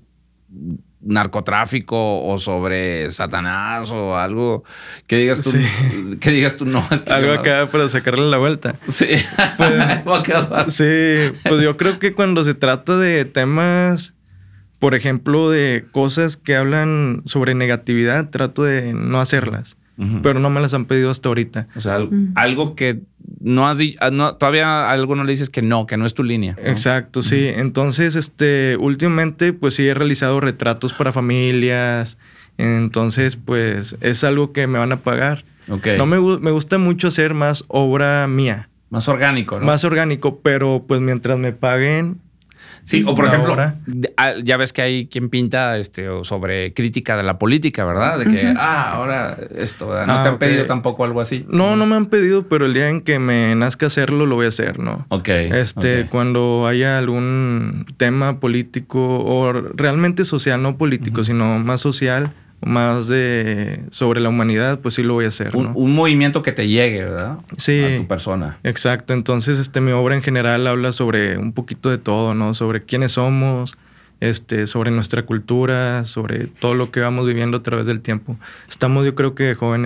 narcotráfico o sobre Satanás o algo que digas tú, sí. que digas tú, no. Es que algo no. acá para sacarle la vuelta. Sí. Pues, sí, pues yo creo que cuando se trata de temas, por ejemplo, de cosas que hablan sobre negatividad, trato de no hacerlas. Uh-huh. Pero no me las han pedido hasta ahorita. O sea, uh-huh. algo que no has dicho, no, todavía a alguno le dices que no, que no es tu línea, ¿no? Exacto, uh-huh. sí. Entonces, este, últimamente, pues sí he realizado retratos para familias. Entonces, pues es algo que me van a pagar. Okay. No me, me gusta mucho hacer más obra mía. Más orgánico, ¿no? Más orgánico, pero pues mientras me paguen. Sí, o por ejemplo, obra. Ya ves que hay quien pinta este, sobre crítica de la política, ¿verdad? De que, uh-huh. ah, ahora esto, ¿verdad? ¿No ah, te han okay. pedido tampoco algo así? No, no me han pedido, pero el día en que me nazca hacerlo, lo voy a hacer, ¿no? Ok. Este, okay. Cuando haya algún tema político o realmente social, no político, uh-huh. sino más social, más de sobre la humanidad, pues sí lo voy a hacer, un, ¿no? Un movimiento que te llegue, ¿verdad? Sí. A tu persona. Exacto. Entonces, este, mi obra en general habla sobre un poquito de todo, ¿no? Sobre quiénes somos, este, sobre nuestra cultura, sobre todo lo que vamos viviendo a través del tiempo. Estamos, yo creo que jóvenes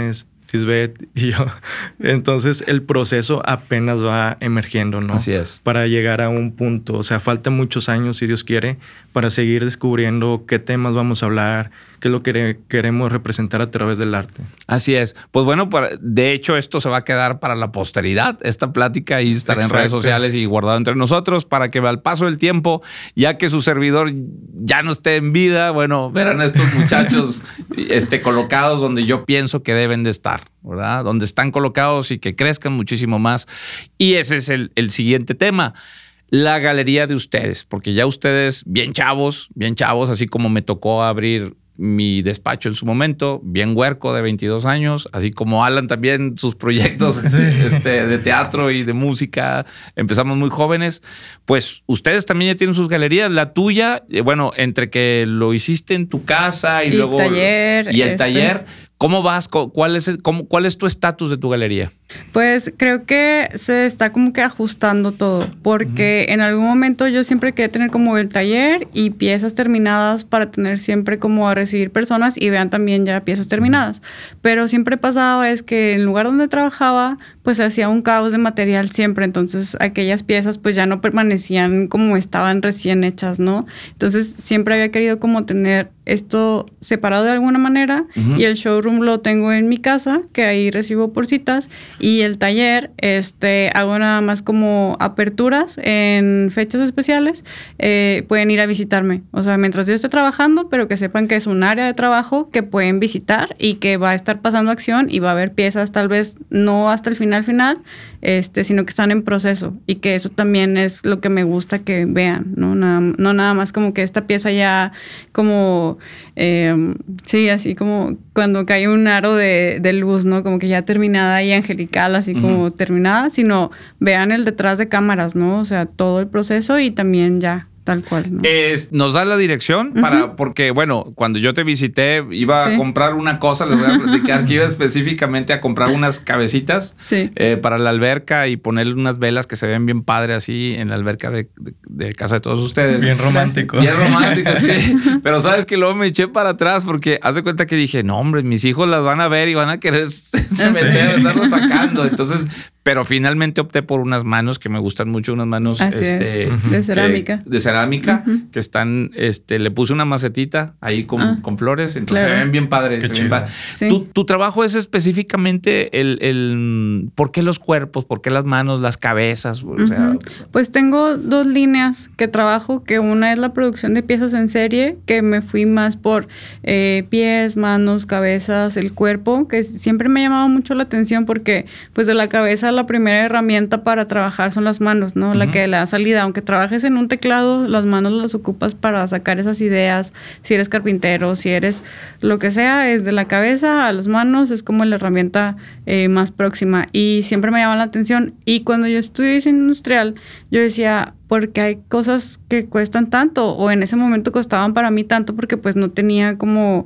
Lisbeth y yo. Entonces el proceso apenas va emergiendo, ¿no? Así es. Para llegar a un punto. O sea, faltan muchos años, si Dios quiere, para seguir descubriendo qué temas vamos a hablar, qué es lo que queremos representar a través del arte. Así es. Pues bueno, para, de hecho, esto se va a quedar para la posteridad. Esta plática ahí estará Exacto. en redes sociales y guardado entre nosotros para que al paso del tiempo, ya que su servidor ya no esté en vida, bueno, verán a estos muchachos este, colocados donde yo pienso que deben de estar, ¿verdad? Donde están colocados y que crezcan muchísimo más. Y ese es el, el siguiente tema. La galería de ustedes, porque ya ustedes, bien chavos, bien chavos, así como me tocó abrir mi despacho en su momento, bien huerco de veintidós años, así como Alan también, sus proyectos sí. este, de teatro y de música, empezamos muy jóvenes, pues ustedes también ya tienen sus galerías, la tuya, bueno, entre que lo hiciste en tu casa y, y luego... Taller, y el este... taller, ¿cómo vas? ¿Cuál es, el, cómo, cuál es tu estatus de tu galería? Pues creo que se está como que ajustando todo, porque uh-huh. en algún momento yo siempre quería tener como el taller y piezas terminadas para tener siempre como a recibir personas y vean también ya piezas terminadas. Pero siempre pasaba es que en el lugar donde trabajaba, pues hacía un caos de material siempre, entonces aquellas piezas pues ya no permanecían como estaban recién hechas, ¿no? Entonces siempre había querido como tener esto separado de alguna manera uh-huh. y el showroom lo tengo en mi casa, que ahí recibo por citas. Y el taller, este, hago nada más como aperturas en fechas especiales. Eh, pueden ir a visitarme. O sea, mientras yo esté trabajando, pero que sepan que es un área de trabajo que pueden visitar y que va a estar pasando acción y va a haber piezas tal vez no hasta el final final, este, sino que están en proceso. Y que eso también es lo que me gusta que vean, ¿no? Nada, no nada más como que esta pieza ya como, eh, sí, así como cuando cae un aro de, de luz, ¿no? Como que ya terminada y angelical, así uh-huh. como terminada, sino vean el detrás de cámaras, ¿no? O sea, todo el proceso y también ya tal cual, ¿no? Es, ¿Nos das la dirección? Uh-huh. para Porque, bueno, cuando yo te visité, iba sí. a comprar una cosa, les voy a platicar que iba específicamente a comprar unas cabecitas sí. eh, para la alberca y ponerle unas velas que se ven bien padre así en la alberca de, de, de casa de todos ustedes. Bien romántico. Bien romántico, sí. Pero sabes que luego me eché para atrás porque haz de cuenta que dije, no, hombre, mis hijos las van a ver y van a querer se meter, sí. estarlo sacando. Entonces... Pero finalmente opté por unas manos que me gustan mucho, unas manos este, uh-huh. de cerámica. Que, de cerámica, uh-huh. que están, este, le puse una macetita ahí con, ah, con flores, entonces claro. se ven bien padres. Se ven padre. Sí. ¿Tu, tu trabajo es específicamente el, el, ¿por qué los cuerpos? ¿Por qué las manos, las cabezas? O uh-huh. sea, pues tengo dos líneas que trabajo, que una es la producción de piezas en serie, que me fui más por eh, pies, manos, cabezas, el cuerpo, que siempre me ha llamado mucho la atención porque pues de la cabeza la primera herramienta para trabajar son las manos, ¿no? Uh-huh. La que le da salida. Aunque trabajes en un teclado, las manos las ocupas para sacar esas ideas. Si eres carpintero, si eres lo que sea, es de la cabeza a las manos, es como la herramienta eh, más próxima. Y siempre me llama la atención. Y cuando yo estudié diseño industrial, yo decía... porque hay cosas que cuestan tanto o en ese momento costaban para mí tanto porque pues no tenía como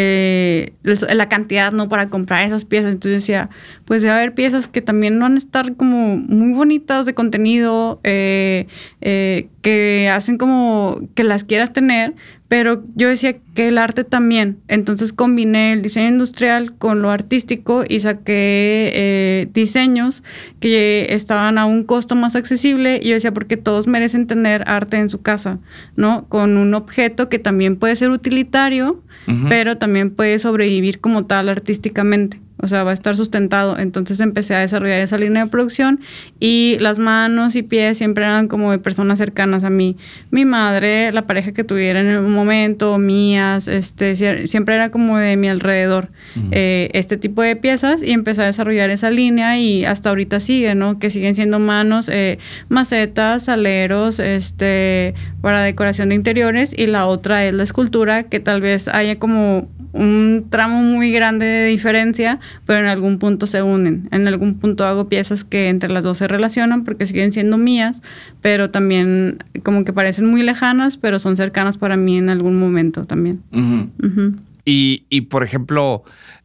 eh, la cantidad, ¿no? Para comprar esas piezas. Entonces yo decía, pues debe haber piezas que también van a estar como muy bonitas de contenido, eh, eh, que hacen como que las quieras tener, pero yo decía que el arte también. Entonces combiné el diseño industrial con lo artístico y saqué eh, diseños que estaban a un costo más accesible. Y yo decía, porque todos merecen tener arte en su casa, ¿no? Con un objeto que también puede ser utilitario, uh-huh. pero también puede sobrevivir como tal artísticamente. O sea, va a estar sustentado. Entonces empecé a desarrollar esa línea de producción y las manos y pies siempre eran como de personas cercanas a mí. Mi madre, la pareja que tuviera en el momento, mías, este, siempre era como de mi alrededor. Uh-huh. Eh, este tipo de piezas y empecé a desarrollar esa línea y hasta ahorita sigue, ¿no? Que siguen siendo manos, eh, macetas, aleros, este, para decoración de interiores y la otra es la escultura, que tal vez haya como un tramo muy grande de diferencia, pero en algún punto se unen. En algún punto hago piezas que entre las dos se relacionan porque siguen siendo mías, pero también como que parecen muy lejanas, pero son cercanas para mí en algún momento también. Uh-huh. Uh-huh. Y, y, por ejemplo,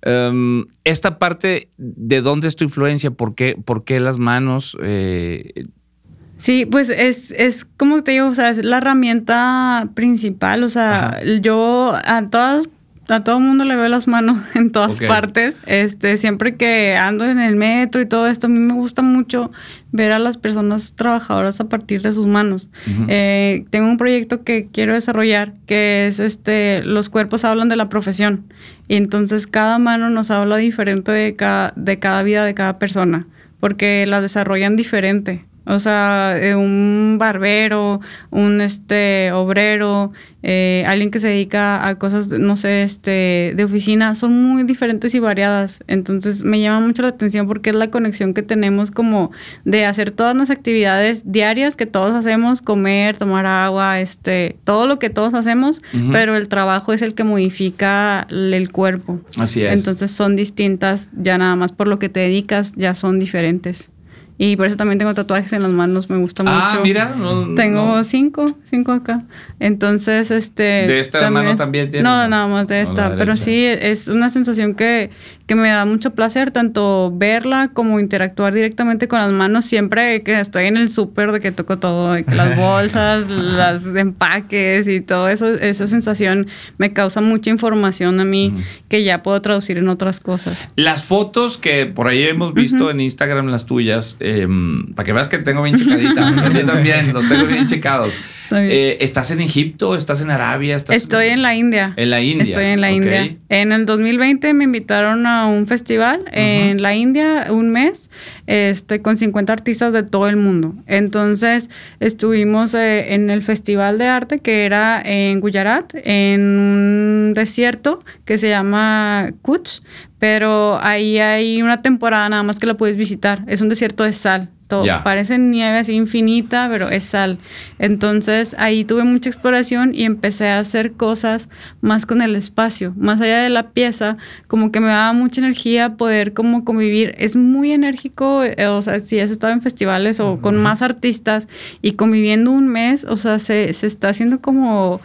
um, esta parte, ¿de dónde es tu influencia? ¿Por qué, por qué las manos? Eh... Sí, pues es, es como te digo, o sea, es la herramienta principal. O sea, ajá. yo a todas a todo el mundo le veo las manos en todas Okay. partes. Este, siempre que ando en el metro y todo esto, a mí me gusta mucho ver a las personas trabajadoras a partir de sus manos. Ujú. Eh, tengo un proyecto que quiero desarrollar que es este, los cuerpos hablan de la profesión. Y entonces cada mano nos habla diferente de cada, de cada vida de cada persona, porque las desarrollan diferente. O sea, eh, un barbero, un este obrero, eh, alguien que se dedica a cosas, no sé, este, de oficina, son muy diferentes y variadas. Entonces me llama mucho la atención porque es la conexión que tenemos como de hacer todas las actividades diarias que todos hacemos, comer, tomar agua, este, todo lo que todos hacemos, Ujú. pero el trabajo es el que modifica el cuerpo. Así es. Entonces son distintas, ya nada más por lo que te dedicas, ya son diferentes. Y por eso también tengo tatuajes en las manos, me gusta Ah, mucho. mira, no, Tengo no. cinco, cinco acá. Entonces, este... ¿De esta mano también tienes? No, nada más de No, esta. la Pero derecha. sí, es una sensación que, que me da mucho placer, tanto verla como interactuar directamente con las manos. Siempre que estoy en el súper, de que toco todo, de que las bolsas, los empaques y todo eso, esa sensación me causa mucha información a mí, Ujú. que ya puedo traducir en otras cosas. Las fotos que por ahí hemos visto Ujú. en Instagram, las tuyas, eh, para que veas que tengo bien checadita. Yo también, los tengo bien checados. Está bien. Eh, ¿Estás en Egipto? ¿Estás en Arabia? ¿Estás Estoy en la India. En la India. Estoy en la ok. India. En el dos mil veinte me invitaron a un festival en la India, un mes, este, con cincuenta artistas de todo el mundo. Entonces estuvimos eh, en el Festival de Arte que era en Gujarat, en un desierto que se llama Kutch, pero ahí hay una temporada nada más que la puedes visitar. Es un desierto de sal. Todo, Ya. parece nieve así infinita, pero es sal. Entonces ahí tuve mucha exploración y empecé a hacer cosas más con el espacio, más allá de la pieza, como que me daba mucha energía poder como convivir. Es muy enérgico, eh, o sea, si has estado en festivales o con más artistas y conviviendo un mes, o sea, se, se está haciendo como...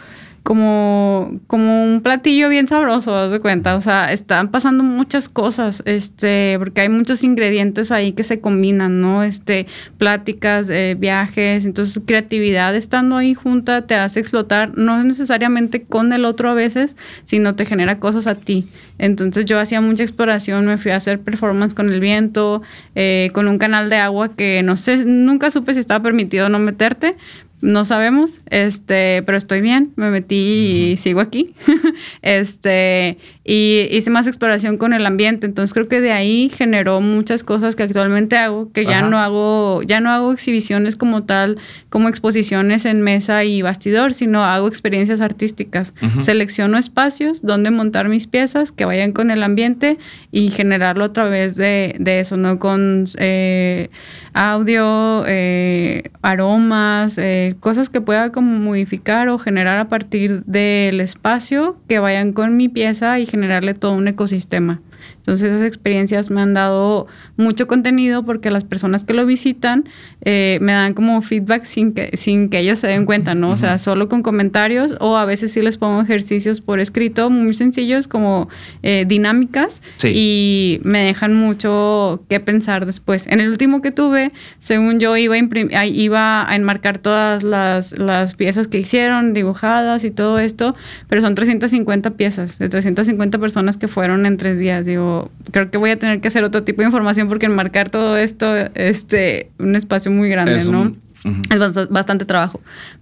como, como un platillo bien sabroso, haz de cuenta. O sea, están pasando muchas cosas, este, porque hay muchos ingredientes ahí que se combinan, ¿no? Este, pláticas, eh, viajes, entonces creatividad estando ahí junta te hace explotar, no necesariamente con el otro a veces, sino te genera cosas a ti. Entonces yo hacía mucha exploración, me fui a hacer performance con el viento, eh, con un canal de agua que no sé, nunca supe si estaba permitido o no meterte. No sabemos, este, pero estoy bien, me metí y sigo aquí. este, y hice más exploración con el ambiente, entonces creo que de ahí generó muchas cosas que actualmente hago, que ya Ajá. no hago, ya no hago exhibiciones como tal, como exposiciones en mesa y bastidor, sino hago experiencias artísticas. Ujú. Selecciono espacios donde montar mis piezas que vayan con el ambiente y generarlo a través de, de eso, ¿no? Con eh, audio, eh, aromas, eh, cosas que pueda como modificar o generar a partir del espacio que vayan con mi pieza y generarle todo un ecosistema. Entonces esas experiencias me han dado mucho contenido porque las personas que lo visitan eh, me dan como feedback sin que, sin que ellos se den cuenta, ¿no? O sea, solo con comentarios o a veces sí les pongo ejercicios por escrito muy sencillos como eh, dinámicas Sí. y me dejan mucho que pensar después. En el último que tuve, según yo iba a, imprim- a- iba a enmarcar todas las, las piezas que hicieron, dibujadas y todo esto, pero son trescientas cincuenta piezas de trescientas cincuenta personas que fueron en tres días. Digo, creo que voy a tener que hacer otro tipo de información porque enmarcar todo esto, este, un espacio muy grande, Es ¿no? un- ujú. Es bast- bastante trabajo.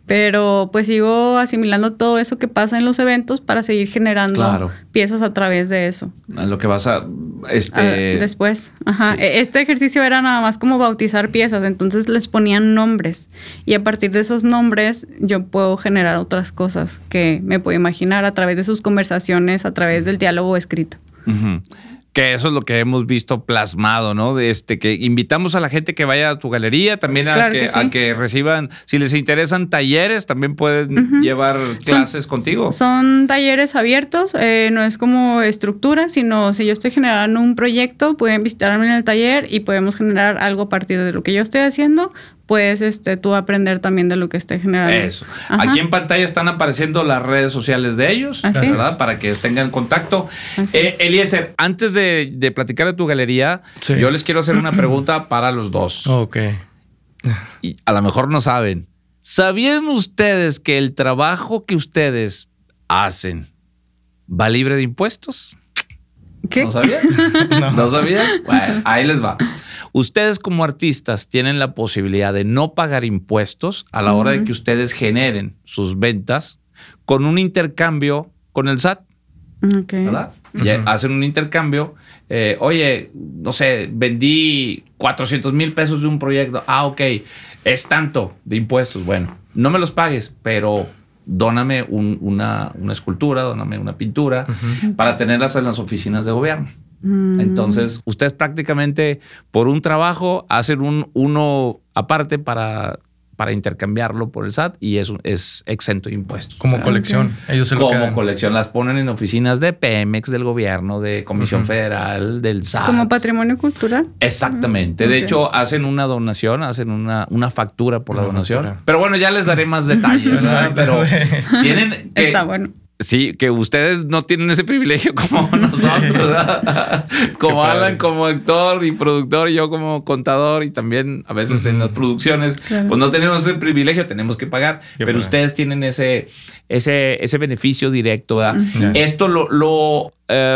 Pero pues sigo asimilando todo eso que pasa en los eventos para seguir generando Claro. piezas a través de eso. A lo que vas a... Ah, Este... después, ajá. sí. E- Este ejercicio era nada más como bautizar piezas, entonces les ponían nombres y a partir de esos nombres yo puedo generar otras cosas que me puedo imaginar a través de sus conversaciones, a través del diálogo escrito. Ujú. Que eso es lo que hemos visto plasmado, ¿no? De este, que invitamos a la gente que vaya a tu galería, también a, Claro que, que sí. a que reciban, si les interesan talleres, también pueden Ujú. llevar clases contigo. Son talleres abiertos, eh, no es como estructura, sino si yo estoy generando un proyecto, pueden visitarme en el taller y podemos generar algo a partir de lo que yo estoy haciendo. Puedes este, tú aprender también de lo que esté generando. Eso. Ajá. Aquí en pantalla están apareciendo las redes sociales de ellos, Así es. ¿verdad? Para que tengan contacto. Así Eh, Eliezer, antes de, de platicar de tu galería, Sí. yo les quiero hacer una pregunta para los dos. Ok. Y a lo mejor no saben. ¿Sabían ustedes que el trabajo que ustedes hacen ¿Va libre de impuestos? ¿Qué? ¿No sabía? ¿No, ¿No sabía? Bueno, ahí les va. Ustedes como artistas tienen la posibilidad de no pagar impuestos a la hora uh-huh. de que ustedes generen sus ventas con un intercambio con el S A T. Okay. ¿Verdad? Uh-huh. Y hacen un intercambio. Eh, oye, no sé, vendí cuatrocientos mil pesos de un proyecto. Ah, ok. Es tanto de impuestos. Bueno, no me los pagues, pero dóname un, una, una escultura, dóname una pintura uh-huh. para tenerlas en las oficinas de gobierno. Uh-huh. Entonces, ustedes prácticamente por un trabajo hacen un, uno aparte para... para intercambiarlo por el S A T y es, es exento de impuestos. Como o sea, colección. Okay. Ellos se lo Como quedan. colección. Las ponen en oficinas de Pemex, del gobierno, de Comisión uh-huh. Federal, del S A T. Como patrimonio cultural. Exactamente. Uh-huh. De okay. hecho, hacen una donación, hacen una, una factura por la una donación. Factura. Pero bueno, ya les daré más detalles, ¿verdad? Pero tienen que... Está bueno. Sí, que ustedes no tienen ese privilegio como nosotros, ¿verdad? Como Alan, como actor y productor, y yo como contador, y también a veces uh-huh. en las producciones, claro. pues no tenemos ese privilegio, tenemos que pagar, pero pagar. Ustedes tienen ese, ese, ese beneficio directo, ¿verdad? Uh-huh. Esto lo, lo,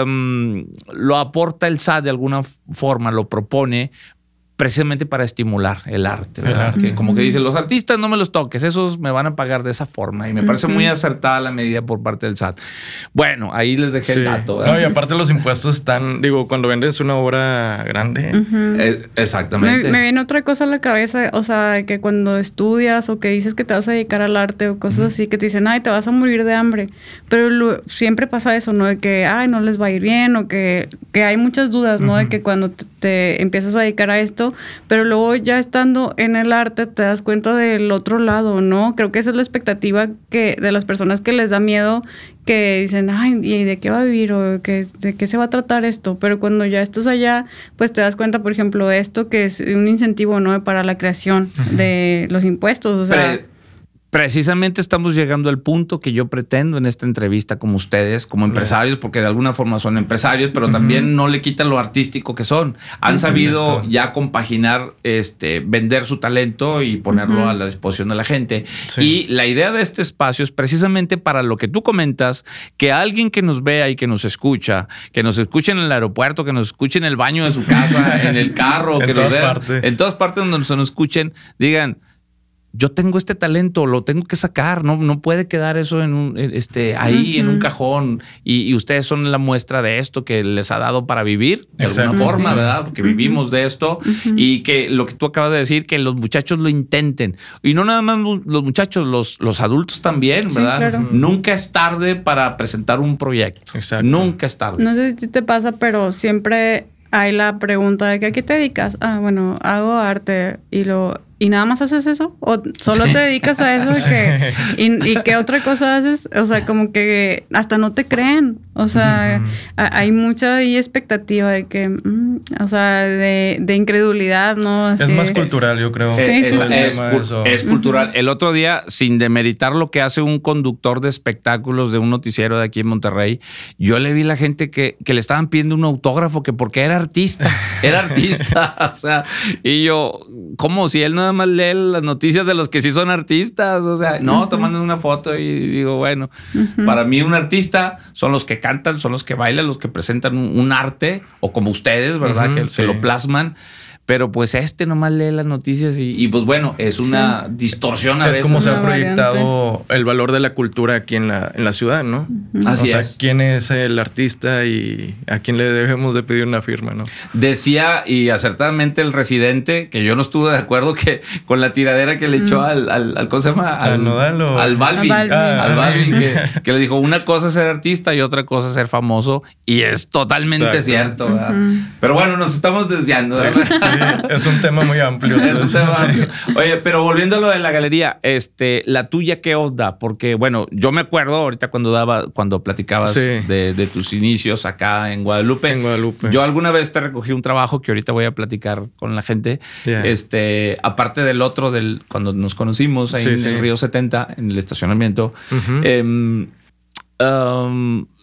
um, lo aporta el S A T de alguna forma, lo propone precisamente para estimular el arte, ¿verdad? El arte. Que como que dicen, los artistas no me los toques, esos me van a pagar de esa forma. Y me parece uh-huh. muy acertada la medida por parte del S A T. Bueno, ahí les dejé sí. el dato, ¿verdad? No, y aparte los impuestos están, digo, cuando vendes una obra grande. Uh-huh. eh, exactamente. Me, me viene otra cosa a la cabeza, o sea, que cuando estudias o que dices que te vas a dedicar al arte o cosas uh-huh. así, que te dicen, ay, te vas a morir de hambre. Pero lo, siempre pasa eso, ¿no? De que, ay, no les va a ir bien o que, que hay muchas dudas, ¿no? Uh-huh. De que cuando te, te empiezas a dedicar a esto, pero luego ya estando en el arte te das cuenta del otro lado, ¿no? Creo que esa es la expectativa que de las personas que les da miedo, que dicen, ay, ¿y de qué va a vivir? O que, ¿de qué se va a tratar esto? Pero cuando ya estás allá, pues te das cuenta, por ejemplo, esto que es un incentivo, ¿no? Para la creación uh-huh. de los impuestos, o sea... Pero... Precisamente estamos llegando al punto que yo pretendo en esta entrevista como ustedes, como empresarios, porque de alguna forma son empresarios, pero uh-huh. también no le quitan lo artístico que son. Han sabido Exacto. ya compaginar, este, vender su talento y ponerlo uh-huh. a la disposición de la gente. Sí. Y la idea de este espacio es precisamente para lo que tú comentas, que alguien que nos vea y que nos escucha, que nos escuche en el aeropuerto, que nos escuche en el baño de su casa, en el carro, en que todas nos vean, partes. en todas partes donde nos escuchen, digan... Yo tengo este talento, lo tengo que sacar, no, no puede quedar eso en un, este, ahí uh-huh. en un cajón y, y ustedes son la muestra de esto que les ha dado para vivir de Exacto. alguna forma, sí. ¿verdad? Porque uh-huh. vivimos de esto uh-huh. y que lo que tú acabas de decir, que los muchachos lo intenten y no nada más los muchachos, los, los adultos también, ¿verdad? Sí, claro. Nunca es tarde para presentar un proyecto. Exacto. Nunca es tarde. No sé si te pasa, pero siempre hay la pregunta de que ¿a qué te dedicas? Ah, bueno, hago arte y lo... ¿Y nada más haces eso? ¿O solo sí. te dedicas a eso? Sí. Que, y, ¿Y qué otra cosa haces? O sea, como que hasta no te creen. O sea, uh-huh. a, hay mucha ahí expectativa de que... Mm, o sea, de, de incredulidad, ¿no? Así. Es más cultural, yo creo. Sí, es, sí, sí. Es, es, es cultural. Uh-huh. El otro día, sin demeritar lo que hace un conductor de espectáculos de un noticiero de aquí en Monterrey, yo le vi a la gente que, que le estaban pidiendo un autógrafo que porque era artista. Era artista. O sea, y yo... ¿Cómo? Si él nada más lee las noticias de los que sí son artistas. O sea, no, uh-huh. tomando una foto y digo, bueno, uh-huh. para mí un artista son los que cantan, son los que bailan, los que presentan un, un arte, o como ustedes, ¿verdad? Uh-huh, que, sí. que lo plasman. Pero pues este nomás lee las noticias y, y pues bueno, es una sí. distorsión a es veces. Es como se ha proyectado variante. El valor de la cultura aquí en la, en la ciudad, ¿no? Uh-huh. Así o sea, es. ¿Quién es el artista y a quién le debemos de pedir una firma, no? Decía, y acertadamente el residente, que yo no estuve de acuerdo que con la tiradera que le echó uh-huh. al, al, al, ¿cómo se llama? Al, ¿Al Nodal o? Al Balvin. Balvin. Ah, al Balvin, que, que le dijo, una cosa es ser artista y otra cosa es ser famoso. Y es totalmente Exacto. cierto, ¿verdad? Uh-huh. Pero bueno, nos estamos desviando, ¿verdad? Sí, es un tema muy amplio. Es un tema amplio. Oye, pero volviendo a lo de la galería, este, la tuya, ¿qué onda? Porque, bueno, yo me acuerdo ahorita cuando daba, cuando platicabas sí. de, de tus inicios acá en Guadalupe. En Guadalupe. Yo alguna vez te recogí un trabajo que ahorita voy a platicar con la gente. Yeah. Este, aparte del otro, del cuando nos conocimos ahí sí, en sí. el Río setenta, en el estacionamiento. Uh-huh. Eh, um,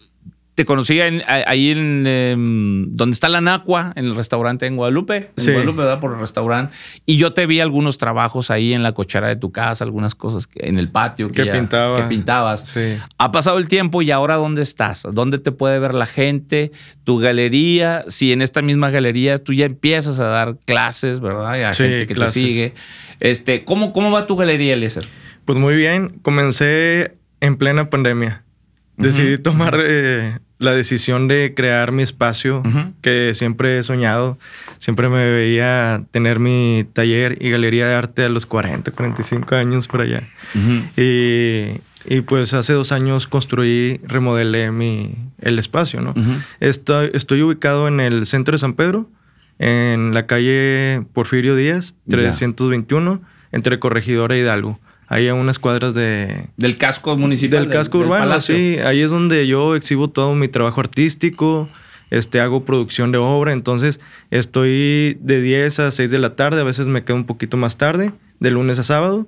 te conocí en, ahí en eh, donde está la Nacua, en el restaurante en Guadalupe. En sí. Guadalupe, ¿verdad? Por el restaurante. Y yo te vi algunos trabajos ahí en la cochera de tu casa, algunas cosas que, en el patio que, que, ya, pintaba. que pintabas. Sí. Ha pasado el tiempo y ahora ¿dónde estás? ¿Dónde te puede ver la gente? Tu galería. Si en esta misma galería tú ya empiezas a dar clases, ¿verdad? Y a sí, gente que clases. te sigue. Este, ¿cómo, ¿Cómo va tu galería, Eliezer? Pues muy bien. Comencé en plena pandemia. Decidí uh-huh. tomar eh, la decisión de crear mi espacio uh-huh. que siempre he soñado. Siempre me veía tener mi taller y galería de arte a los cuarenta, cuarenta y cinco años por allá. Uh-huh. Y, y pues hace dos años construí, remodelé mi, el espacio, ¿no? Uh-huh. Estoy, estoy ubicado en el centro de San Pedro, en la calle Porfirio Díaz, trescientos veintiuno, yeah. entre Corregidora e Hidalgo. Ahí a unas cuadras de... Del casco municipal. Del casco del, urbano, del sí. Ahí es donde yo exhibo todo mi trabajo artístico, este, hago producción de obra. Entonces, estoy de diez a seis de la tarde. A veces me quedo un poquito más tarde, de lunes a sábado.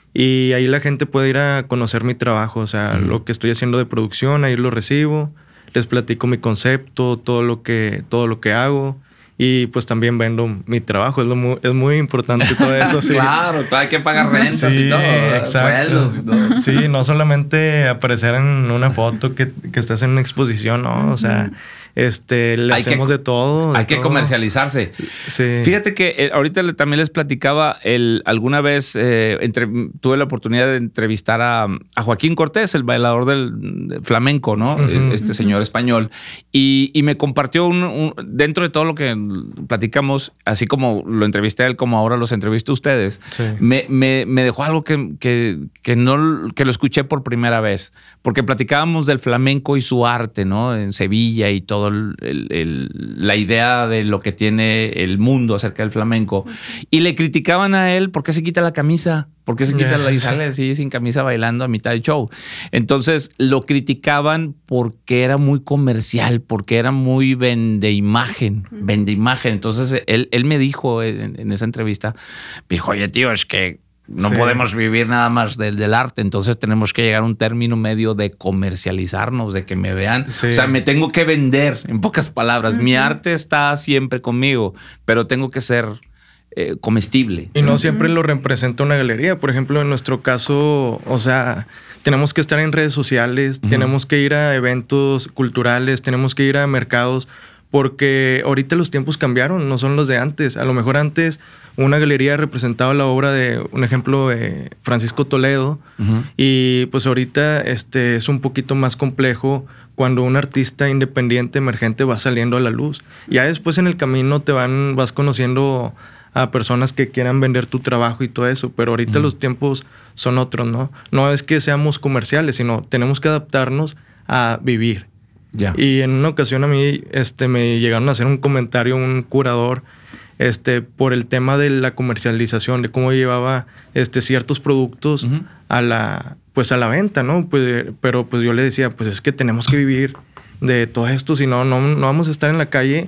Y ahí la gente puede ir a conocer mi trabajo. O sea, mm. lo que estoy haciendo de producción, ahí lo recibo. Les platico mi concepto, todo lo que, todo lo que hago. Y pues también vendo mi trabajo, es, lo muy, es muy importante todo eso. Sí. Claro, claro, hay que pagar rentas sí, y todo, exacto. sueldos y todo. Sí, no solamente aparecer en una foto que, que estés en una exposición, ¿no? O sea, este, le hay hacemos que, de todo. De hay que todo. comercializarse. Sí. Fíjate que eh, ahorita le, también les platicaba, el, alguna vez eh, entre, tuve la oportunidad de entrevistar a, a Joaquín Cortés, el bailador del, del flamenco, ¿no? Uh-huh. Este señor español. Y, y me compartió un, un, dentro de todo lo que platicamos, así como lo entrevisté a él, como ahora los entrevisto a ustedes, sí. me, me, me dejó algo que, que, que, no, que lo escuché por primera vez, porque platicábamos del flamenco y su arte, ¿no? En Sevilla y todo el, el, el, la idea de lo que tiene el mundo acerca del flamenco. Y le criticaban a él, ¿por qué se quita la camisa? ¿Por qué se quita yeah. la y sale así sin camisa bailando a mitad del show? Entonces lo criticaban porque era muy comercial, porque era muy vende imagen, vende imagen. Entonces él, él me dijo en, en esa entrevista, me dijo, oye tío, es que no sí. podemos vivir nada más del, del arte, entonces tenemos que llegar a un término medio de comercializarnos, de que me vean. Sí. O sea, me tengo que vender, en pocas palabras. Uh-huh. Mi arte está siempre conmigo, pero tengo que ser... Eh, comestible. Y no siempre lo representa una galería. Por ejemplo, en nuestro caso, o sea, tenemos que estar en redes sociales, uh-huh. tenemos que ir a eventos culturales, tenemos que ir a mercados, porque ahorita los tiempos cambiaron, no son los de antes. A lo mejor antes una galería representaba la obra de, un ejemplo, de Francisco Toledo, uh-huh. y pues ahorita este, es un poquito más complejo cuando un artista independiente, emergente, va saliendo a la luz. Ya después en el camino te van, vas conociendo a personas que quieran vender tu trabajo y todo eso, pero ahorita uh-huh. los tiempos son otros, ¿no? No es que seamos comerciales, sino tenemos que adaptarnos a vivir. Yeah. Y en una ocasión a mí este, me llegaron a hacer un comentario, un curador, este, por el tema de la comercialización, de cómo llevaba este, ciertos productos uh-huh. a la, pues a la venta, ¿no? Pues, pero pues yo le decía, pues es que tenemos que vivir de todo esto, si no, no, no vamos a estar en la calle,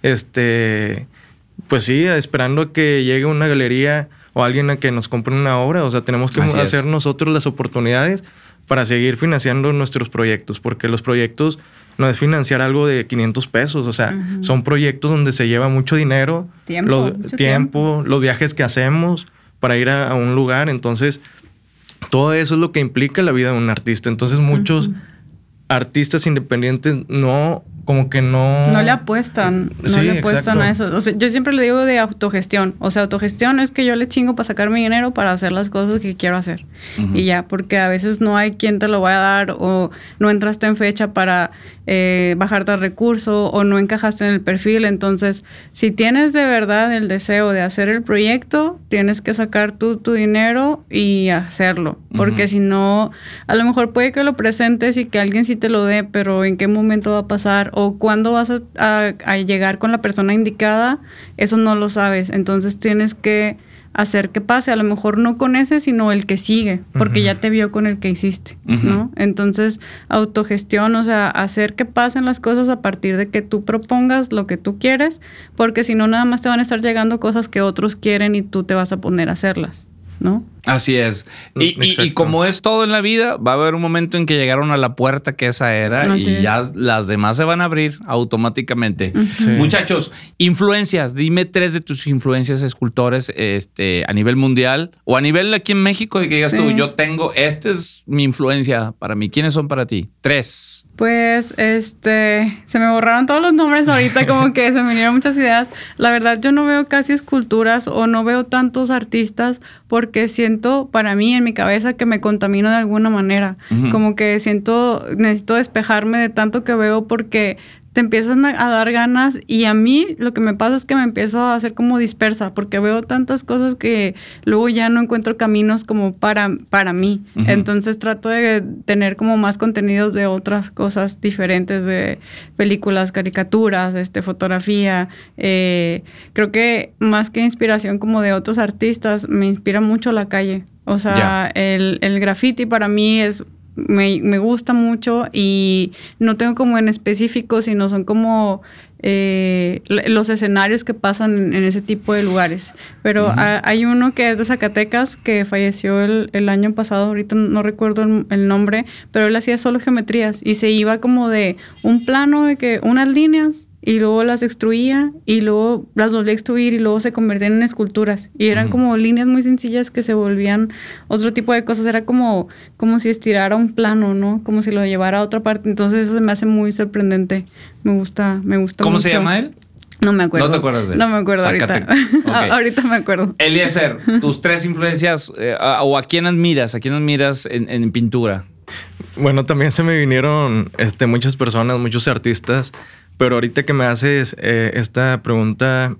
este... Pues sí, esperando a que llegue una galería o alguien a que nos compre una obra. O sea, tenemos que Así hacer es. nosotros las oportunidades para seguir financiando nuestros proyectos. Porque los proyectos no es financiar algo de quinientos pesos. O sea, uh-huh. son proyectos donde se lleva mucho dinero. Tiempo. Lo, mucho tiempo, tiempo. Los viajes que hacemos para ir a, a un lugar. Entonces, todo eso es lo que implica la vida de un artista. Entonces, muchos uh-huh. artistas independientes no... como que no... No le apuestan, no sí, le apuestan exacto. a eso. O sea, yo siempre le digo de autogestión. O sea, autogestión es que yo le chingo para sacar mi dinero para hacer las cosas que quiero hacer. Uh-huh. Y ya, porque a veces no hay quien te lo vaya a dar o no entraste en fecha para eh, bajarte al recurso o no encajaste en el perfil. Entonces, si tienes de verdad el deseo de hacer el proyecto, tienes que sacar tú tu dinero y hacerlo. Porque uh-huh. si no, a lo mejor puede que lo presentes y que alguien sí te lo dé, pero ¿en qué momento va a pasar? O cuándo vas a, a, a llegar con la persona indicada, eso no lo sabes. Entonces tienes que hacer que pase. A lo mejor no con ese, sino el que sigue, porque uh-huh. ya te vio con el que hiciste, uh-huh. ¿no? Entonces, autogestión, o sea, hacer que pasen las cosas a partir de que tú propongas lo que tú quieres, porque si no, nada más te van a estar llegando cosas que otros quieren y tú te vas a poner a hacerlas, ¿no? Así es. Y, y, y como es todo en la vida, va a haber un momento en que llegaron a la puerta que esa era Así y es. ya las demás se van a abrir automáticamente. Sí. Muchachos, influencias. Dime tres de tus influencias escultores este, a nivel mundial o a nivel aquí en México, de que digas sí. tú, yo tengo, esta es mi influencia para mí. ¿Quiénes son para ti? Tres. Pues, este, se me borraron todos los nombres ahorita, como que se me vinieron muchas ideas. La verdad, yo no veo casi esculturas o no veo tantos artistas porque siento, para mí, en mi cabeza, que me contamino de alguna manera. Uh-huh. Como que siento, necesito despejarme de tanto que veo porque te empiezan a, a dar ganas y a mí lo que me pasa es que me empiezo a hacer como dispersa porque veo tantas cosas que luego ya no encuentro caminos como para, para mí. Uh-huh. Entonces trato de tener como más contenidos de otras cosas diferentes, de películas, caricaturas, este, fotografía. Eh, creo que más que inspiración como de otros artistas, me inspira mucho la calle. O sea, yeah. el, el graffiti para mí es... Me, me gusta mucho y no tengo como en específico, sino son como eh, los escenarios que pasan en, en ese tipo de lugares. Pero uh-huh. a, hay uno que es de Zacatecas, que falleció el, el año pasado, ahorita no recuerdo el, el nombre, pero él hacía solo geometrías y se iba como de un plano de que unas líneas y luego las extruía y luego las volvía a extruir y luego se convertían en esculturas y eran uh-huh. como líneas muy sencillas que se volvían otro tipo de cosas. Era como, como si estirara un plano, ¿no? Como si lo llevara a otra parte. Entonces eso se me hace muy sorprendente. Me gusta, me gusta ¿Cómo mucho. se llama él? No me acuerdo. ¿No te acuerdas de él? No me acuerdo Sácate. ahorita. Okay. Ahorita me acuerdo. Eliezer, tus tres influencias eh, o a quién admiras, a quién admiras en, en pintura. Bueno, también se me vinieron este, muchas personas, muchos artistas. Pero ahorita que me haces eh, esta pregunta,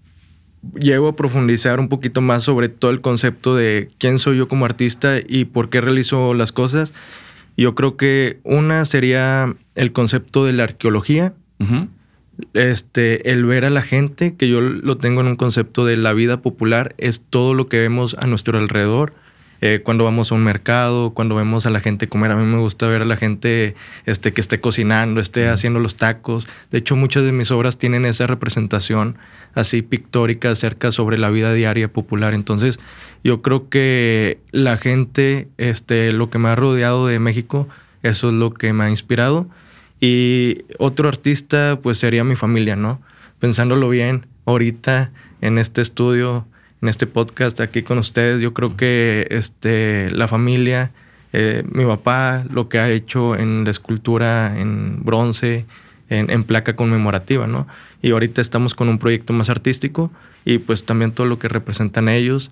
llego a profundizar un poquito más sobre todo el concepto de quién soy yo como artista y por qué realizo las cosas. Yo creo que una sería el concepto de la arqueología, uh-huh. este, el ver a la gente, que yo lo tengo en un concepto de la vida popular, es todo lo que vemos a nuestro alrededor. Eh, cuando vamos a un mercado, cuando vemos a la gente comer. A mí me gusta ver a la gente este, que esté cocinando, esté haciendo los tacos. De hecho, muchas de mis obras tienen esa representación así pictórica acerca sobre la vida diaria popular. Entonces, yo creo que la gente, este, lo que me ha rodeado de México, eso es lo que me ha inspirado. Y otro artista, pues sería mi familia, ¿no? Pensándolo bien, ahorita en este estudio, en este podcast aquí con ustedes, yo creo que este, la familia, eh, mi papá, lo que ha hecho en la escultura en bronce, en, en placa conmemorativa, ¿no? Y ahorita estamos con un proyecto más artístico y pues también todo lo que representan ellos.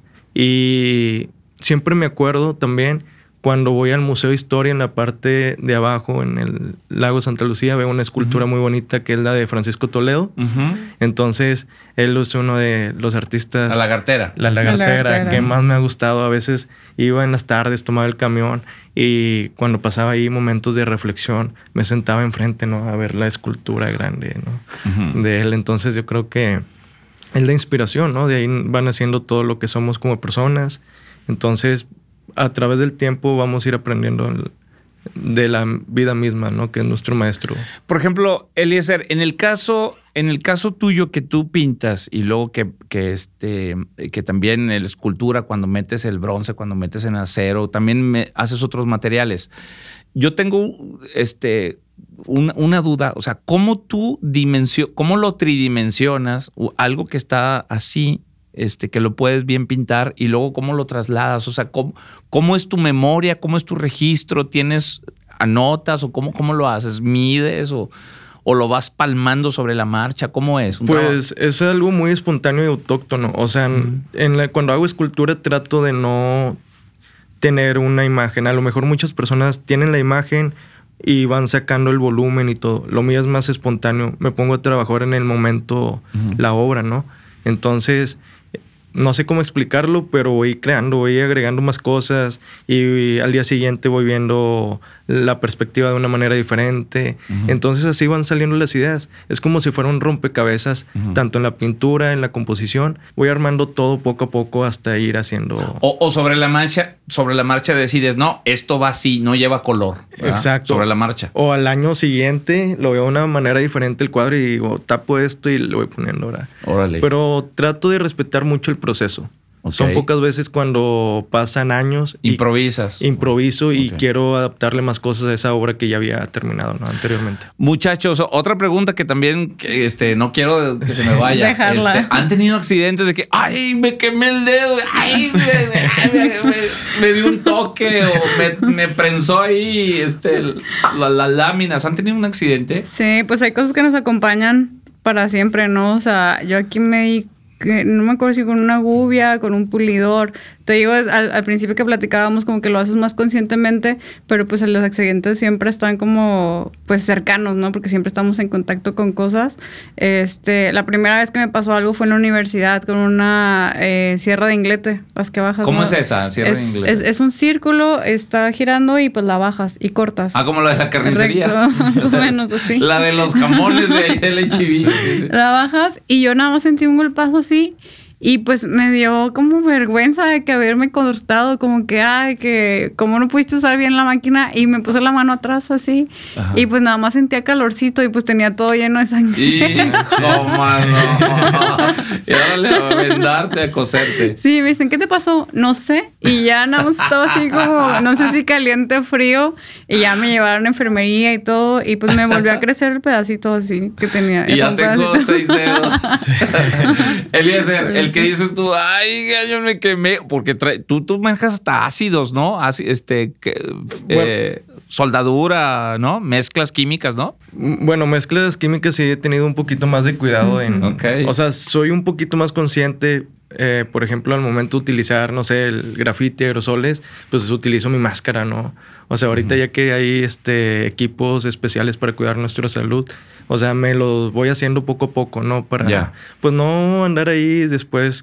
Y siempre me acuerdo también cuando voy al Museo de Historia, en la parte de abajo, en el lago Santa Lucía, veo una escultura uh-huh. muy bonita que es la de Francisco Toledo. Uh-huh. Entonces, él es uno de los artistas... La lagartera. La lagartera, la lagartera, que más me ha gustado. A veces iba en las tardes, tomaba el camión y cuando pasaba ahí momentos de reflexión, me sentaba enfrente, ¿no? A ver la escultura grande, ¿no? Uh-huh. De él. Entonces, yo creo que es la inspiración, ¿no? De ahí van haciendo todo lo que somos como personas. Entonces... a través del tiempo vamos a ir aprendiendo de la vida misma, ¿no? Que es nuestro maestro. Por ejemplo, Eliezer, en el caso, en el caso tuyo que tú pintas y luego que, que, este, que también en la escultura, cuando metes el bronce, cuando metes en acero, también me haces otros materiales. Yo tengo este, una, una duda, o sea, ¿cómo tú dimensionas, cómo lo tridimensionas algo que está así? Este, que lo puedes bien pintar y luego cómo lo trasladas, o sea, cómo, cómo es tu memoria, cómo es tu registro, tienes anotas o cómo, cómo lo haces, mides o, o lo vas palmando sobre la marcha, ¿cómo es? Pues es algo muy espontáneo y autóctono, o sea, uh-huh. en la, cuando hago escultura trato de no tener una imagen, a lo mejor muchas personas tienen la imagen y van sacando el volumen y todo, lo mío es más espontáneo, me pongo a trabajar en el momento uh-huh. la obra, ¿no? Entonces... no sé cómo explicarlo, pero voy creando, voy agregando más cosas y al día siguiente voy viendo la perspectiva de una manera diferente. Uh-huh. Entonces así van saliendo las ideas. Es como si fuera un rompecabezas, uh-huh. tanto en la pintura, en la composición. Voy armando todo poco a poco hasta ir haciendo... O, o sobre la marcha, sobre la marcha decides, no, esto va así, no lleva color. ¿verdad? Exacto. Sobre la marcha. O al año siguiente lo veo de una manera diferente el cuadro y digo, tapo esto y le voy poniendo ahora. Órale. Pero trato de respetar mucho el proceso. Okay. Son pocas veces cuando pasan años. Improvisas. Y, improviso y okay. quiero adaptarle más cosas a esa obra que ya había terminado, ¿no? Anteriormente. Muchachos, otra pregunta que también este, no quiero que sí. se me vaya. Este, ¿Han tenido accidentes de que, ay, me quemé el dedo, ay, me, me, me, me dio un toque o me, me prensó ahí este, las la láminas? ¿Han tenido un accidente? Sí, pues hay cosas que nos acompañan para siempre, ¿no? O sea, yo aquí me di, que, no me acuerdo si con una gubia, con un pulidor. Te digo, es, al, al principio que platicábamos como que lo haces más conscientemente, pero pues los accidentes siempre están como pues cercanos, ¿no? Porque siempre estamos en contacto con cosas. Este, la primera vez que me pasó algo fue en la universidad con una eh, sierra de inglete, las que bajas. ¿Cómo ¿no? es esa sierra es, de inglete? Es, es un círculo, está girando y pues la bajas y cortas. Ah, como la de la carnicería. Recto, más o menos así. La de los jamones de, de H I V. La bajas y yo nada más sentí un golpazo así. Y pues me dio como vergüenza de que haberme cortado, como que, ay, que cómo no pudiste usar bien la máquina. Y me puse la mano atrás así. Ajá. Y pues nada más sentía calorcito y pues tenía todo lleno de sangre. Y cómo no. Y ahora le va a vendarte, a coserte. Sí, me dicen, ¿qué te pasó? No sé. Y ya nada más estaba así como, no sé si caliente o frío. Y ya me llevaron a enfermería y todo. Y pues me volvió a crecer el pedacito así que tenía. Y ya tengo pedacito. seis dedos. Eliezer, el que dices tú, ay, yo me quemé, porque trae, tú, tú manejas hasta ácidos, ¿no? Así, este, que, bueno, eh, soldadura, ¿no? Mezclas químicas, ¿no? Bueno, mezclas químicas sí he tenido un poquito más de cuidado en... Okay. O sea, soy un poquito más consciente, eh, por ejemplo, al momento de utilizar, no sé, el grafite, aerosoles, pues utilizo mi máscara, ¿no? O sea, ahorita uh-huh. ya que hay este, equipos especiales para cuidar nuestra salud, o sea, me los voy haciendo poco a poco, ¿no? Para, yeah. pues, no andar ahí después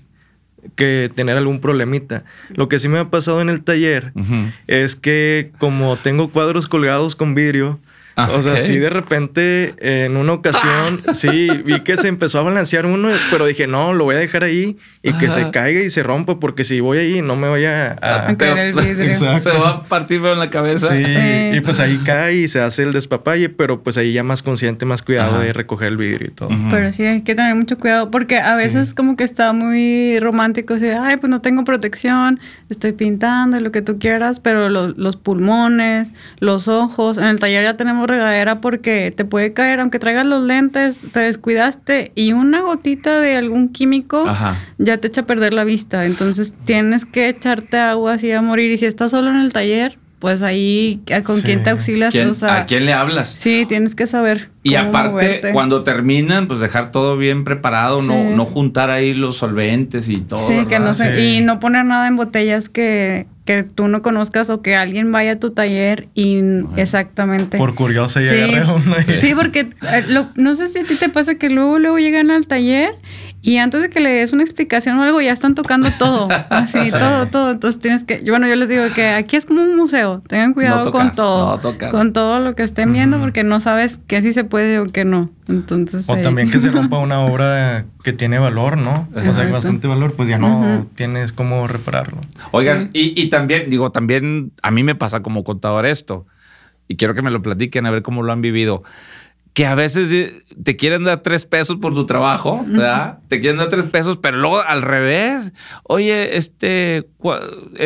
que tener algún problemita. Lo que sí me ha pasado en el taller uh-huh. es que como tengo cuadros colgados con vidrio, Ah, o sea, okay. sí, de repente, en una ocasión, ah. sí, vi que se empezó a balancear uno, pero dije, no, lo voy a dejar ahí y Ajá. que se caiga y se rompa, porque si voy ahí no me voy a... a... a caer el vidrio. Se va a partir en la cabeza. Sí, sí, y pues ahí cae y se hace el despapalle, pero pues ahí ya más consciente, más cuidado Ajá. de recoger el vidrio y todo. Uh-huh. Pero sí, hay que tener mucho cuidado, porque a veces sí. como que está muy romántico, o sea, ay, pues no tengo protección, estoy pintando, lo que tú quieras, pero lo, los pulmones, los ojos, en el taller ya tenemos regadera porque te puede caer, aunque traigas los lentes, te descuidaste y una gotita de algún químico Ajá. ya te echa a perder la vista. Entonces tienes que echarte agua así a morir. Y si estás solo en el taller, pues ahí, ¿con sí. quién te auxilias? ¿Quién, o sea, ¿A quién le hablas? Sí, tienes que saber. Y aparte, moverte. Cuando terminan, pues dejar todo bien preparado, sí. no, no juntar ahí los solventes y todo. Sí, ¿verdad? que no sé, sí. y no poner nada en botellas que, que tú no conozcas o que alguien vaya a tu taller y Ajá. exactamente. Por curiosa y sí. agarré una. Sí, sí porque eh, lo, no sé si a ti te pasa que luego, luego llegan al taller y antes de que le des una explicación o algo, ya están tocando todo. Así, sí. todo, todo. Entonces tienes que... Bueno, yo les digo que aquí es como un museo. Tengan cuidado no tocar, con todo. No tocar. Con todo lo que estén viendo, uh-huh. porque no sabes que sí se puede o que no. Entonces... O eh. también que se rompa una obra que tiene valor, ¿no? Exacto. O sea, hay bastante valor, pues ya no uh-huh. tienes cómo repararlo. Oigan, sí. y, y también, digo, también a mí me pasa como contador esto. Y quiero que me lo platiquen a ver cómo lo han vivido. Que a veces te quieren dar tres pesos por tu trabajo, ¿verdad? Uh-huh. Te quieren dar tres pesos, pero luego al revés. Oye, este, cu-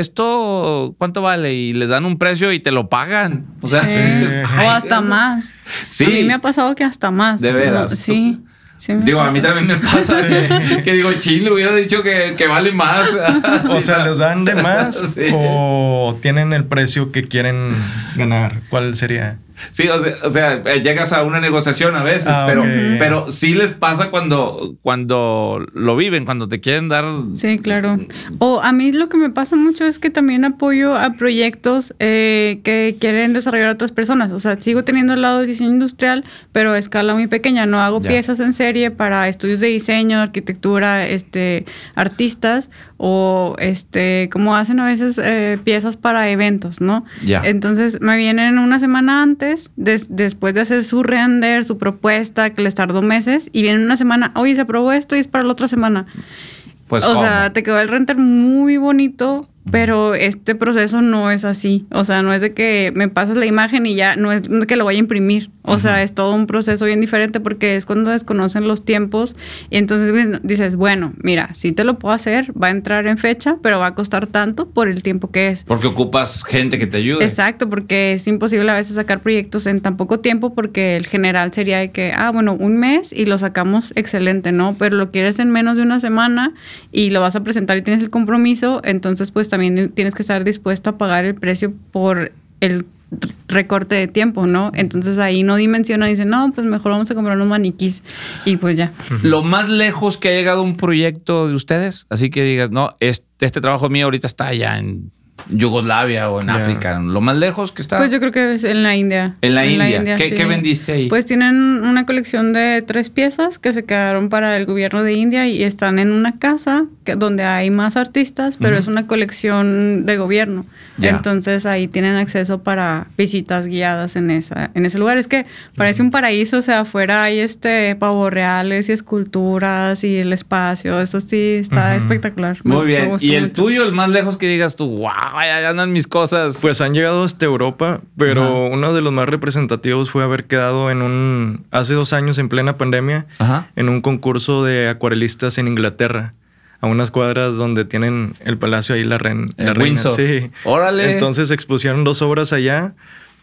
esto, ¿cuánto vale? Y les dan un precio y te lo pagan. O sea, sí. es, ay, o hasta eso. Más. Sí. A mí me ha pasado que hasta más. ¿De veras? Sí. Sí, digo, pasa. A mí también me pasa sí. que, que digo, Chile hubiera dicho que, que vale más. O sí, sea, ¿les dan de más sí. o tienen el precio que quieren ganar? ¿Cuál sería? Sí, o sea, o sea, llegas a una negociación a veces, ah, pero, okay. pero sí les pasa cuando, cuando lo viven, cuando te quieren dar... Sí, claro. O a mí lo que me pasa mucho es que también apoyo a proyectos eh, que quieren desarrollar a otras personas. O sea, sigo teniendo el lado de diseño industrial, pero a escala muy pequeña. No hago ya. piezas en serie para estudios de diseño, arquitectura, este, artistas, o este, como hacen a veces eh, piezas para eventos, ¿no? Ya. Entonces me vienen una semana antes, Des, después de hacer su render, su propuesta, que les tardó meses, y viene una semana, oye, se aprobó esto y es para la otra semana. Pues, o ¿cómo? sea, te quedó el render muy bonito Pero este proceso no es así. O sea, no es de que me pasas la imagen y ya, no es que lo vaya a imprimir. O uh-huh. sea, es todo un proceso bien diferente porque es cuando desconocen los tiempos. Y entonces dices, bueno, mira, sí te lo puedo hacer, va a entrar en fecha, pero va a costar tanto por el tiempo que es. Porque ocupas gente que te ayude. Exacto, porque es imposible a veces sacar proyectos en tan poco tiempo porque el general sería de que, ah, bueno, un mes y lo sacamos excelente, ¿no? Pero lo quieres en menos de una semana y lo vas a presentar y tienes el compromiso, entonces pues también tienes que estar dispuesto a pagar el precio por el recorte de tiempo, ¿no? Entonces ahí no dimensiona y dice, no, pues mejor vamos a comprar unos maniquís y pues ya. Lo más lejos que ha llegado un proyecto de ustedes, así que digas, no, este, este trabajo mío ahorita está allá en Yugoslavia o en yeah. África, lo más lejos que está. Pues yo creo que es en la India. En la, en India. la India. ¿Qué, sí. ¿Qué vendiste ahí? Pues tienen una colección de tres piezas que se quedaron para el gobierno de India y están en una casa que, donde hay más artistas, pero uh-huh. es una colección de gobierno. Yeah. Entonces ahí tienen acceso para visitas guiadas en esa en ese lugar. Es que parece uh-huh. un paraíso, o sea, afuera hay este pavos reales y esculturas y el espacio, eso sí está uh-huh. espectacular. Muy me, bien. Me ¿Y el mucho. tuyo, el más lejos que digas tú, wow, allá andan mis cosas? Pues han llegado hasta Europa, pero uh-huh. uno de los más representativos fue haber quedado en un, hace dos años en plena pandemia, uh-huh. en un concurso de acuarelistas en Inglaterra. A unas cuadras donde tienen el palacio ahí, la, ren, la reina. Windsor. Sí. Órale. Entonces expusieron dos obras allá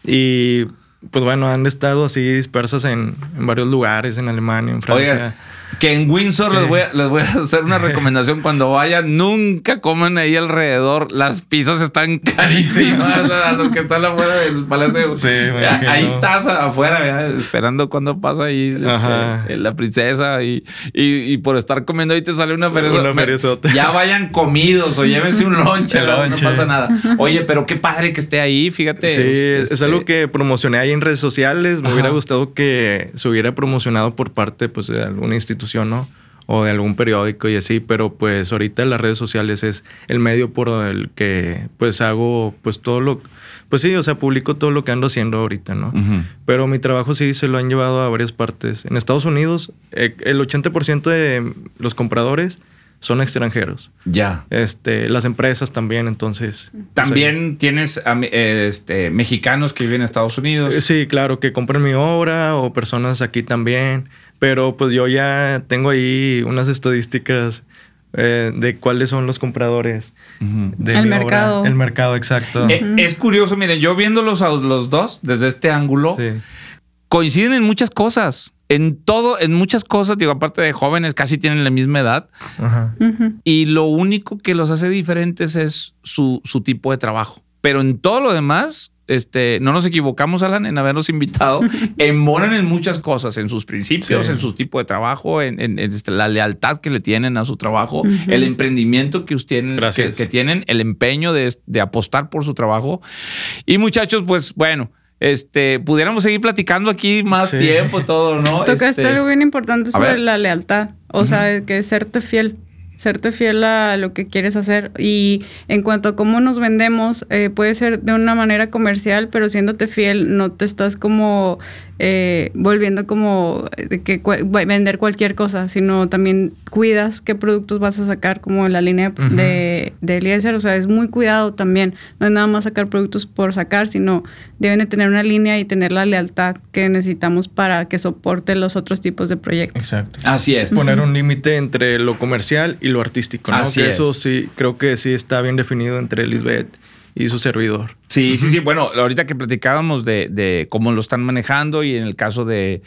y pues bueno, han estado así dispersas en, en varios lugares, en Alemania, en Francia. Oigan, que en Windsor sí. les, voy a, les voy a hacer una recomendación. Cuando vayan, nunca coman ahí alrededor. Las pizzas están carísimas. A los que están afuera del palacio. Sí, me ahí estás afuera, ¿verdad? Esperando cuando pasa ahí este, la princesa. Y, y, y por estar comiendo ahí te sale una perezota. Ya vayan comidos o llévense un lonche. No, no pasa nada. Oye, pero qué padre que esté ahí, fíjate. Sí, este... es algo que promocioné ahí en redes sociales. Me Ajá. hubiera gustado que se hubiera promocionado por parte pues, de alguna institución, ¿no? O de algún periódico y así, pero pues ahorita las redes sociales es el medio por el que pues hago pues todo lo, pues sí, o sea, publico todo lo que ando haciendo ahorita, ¿no? Uh-huh. Pero mi trabajo sí se lo han llevado a varias partes. En Estados Unidos, eh, el ochenta por ciento de los compradores son extranjeros. Ya. Este, las empresas también, entonces. ¿También o sea, tienes este, mexicanos que viven en Estados Unidos? Sí, claro, que compran mi obra o personas aquí también. Pero pues yo ya tengo ahí unas estadísticas eh, de cuáles son los compradores. Uh-huh. de El mercado. Obra. El mercado, exacto. Eh, uh-huh. Es curioso, miren, yo viéndolos a los dos desde este ángulo, sí. coinciden en muchas cosas. En todo, en muchas cosas, digo, aparte de jóvenes, casi tienen la misma edad. Uh-huh. Uh-huh. Y lo único que los hace diferentes es su, su tipo de trabajo. Pero en todo lo demás, este, no nos equivocamos, Alan, en habernos invitado. Embonan en muchas cosas, en sus principios, sí. en su tipo de trabajo, en, en, en este, la lealtad que le tienen a su trabajo, uh-huh. el emprendimiento que, tienen, que, que tienen, el empeño de, de apostar por su trabajo. Y muchachos, pues bueno, Este, pudiéramos seguir platicando aquí más sí. tiempo, todo, ¿no? Tocaste este... algo bien importante sobre la lealtad. O uh-huh. sea, que es serte fiel. Serte fiel a lo que quieres hacer. Y en cuanto a cómo nos vendemos, eh, puede ser de una manera comercial, pero siéndote fiel, no te estás como eh, volviendo como de que cu- vender cualquier cosa, sino también cuidas qué productos vas a sacar, como la línea uh-huh. de, de Eliezer. O sea, es muy cuidado también. No es nada más sacar productos por sacar, sino deben de tener una línea y tener la lealtad que necesitamos para que soporte los otros tipos de proyectos. Exacto. Así es. Poner un límite entre lo comercial y lo artístico, ¿no? Así que es. Eso sí, creo que sí está bien definido entre Lisbeth y su servidor. Sí, uh-huh. sí, sí. Bueno, ahorita que platicábamos de, de cómo lo están manejando y en el caso de,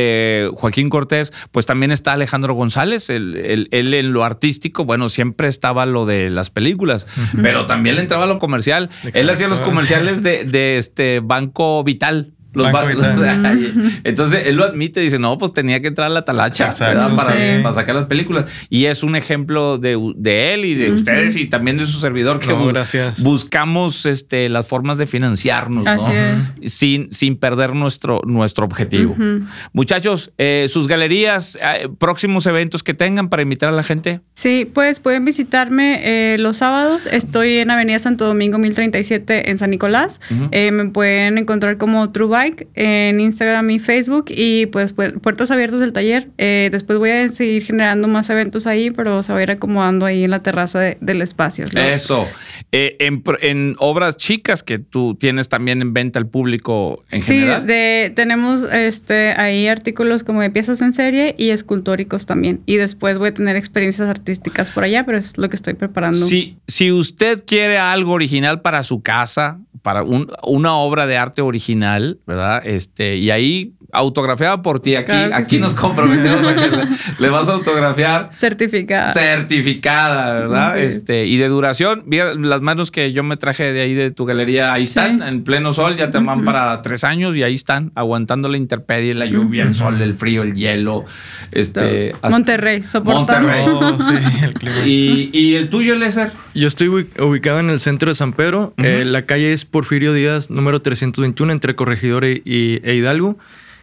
de Joaquín Cortés, pues también está Alejandro González. Él, él, él en lo artístico, bueno, siempre estaba lo de las películas, uh-huh. pero también le entraba lo comercial. Exacto. Él hacía los comerciales de, de este Banco Vital. Los ba- los, entonces él lo admite, dice, no, pues tenía que entrar a la talacha Exacto, para, sí. para sacar las películas. Y es un ejemplo de, de él y de uh-huh. ustedes y también de su servidor que no, bus- buscamos este, las formas de financiarnos, Así ¿no? es. Sin, sin perder nuestro, nuestro objetivo. Uh-huh. Muchachos, eh, sus galerías, eh, próximos eventos que tengan para invitar a la gente. Sí, pues pueden visitarme eh, los sábados. Estoy en Avenida Santo Domingo mil treinta y siete en San Nicolás. Uh-huh. Eh, me pueden encontrar como True Bike en Instagram y Facebook, y pues puertas abiertas del taller. Eh, después voy a seguir generando más eventos ahí, pero se va a ir acomodando ahí en la terraza de, del espacio, ¿no? Eso. Eh, en, en obras chicas que tú tienes también en venta al público en sí, general. Sí, de, tenemos este, ahí artículos como de piezas en serie y escultóricos también. Y después voy a tener experiencias artísticas por allá, pero es lo que estoy preparando. Si, si usted quiere algo original para su casa, para un, una obra de arte original, ¿verdad? Este, y ahí autografiada por ti. Aquí, claro aquí sí. Nos comprometemos a que le, le vas a autografiar. Certificada. Certificada, ¿verdad? Sí. Este, y de duración, mira, las manos que yo me traje de ahí de tu galería, ahí están, sí. En pleno sol, ya te van uh-huh. para tres años y ahí están, aguantando la intemperie, la lluvia, uh-huh. el sol, el frío, el hielo. Este, Monterrey, soportando. Monterrey. Oh, sí, el clima. Y, ¿Y el tuyo, Eliezer? Yo estoy ubicado en el centro de San Pedro. Uh-huh. Eh, la calle es Porfirio Díaz, número trescientos veintiuno, entre Corregidor y, y, e Hidalgo.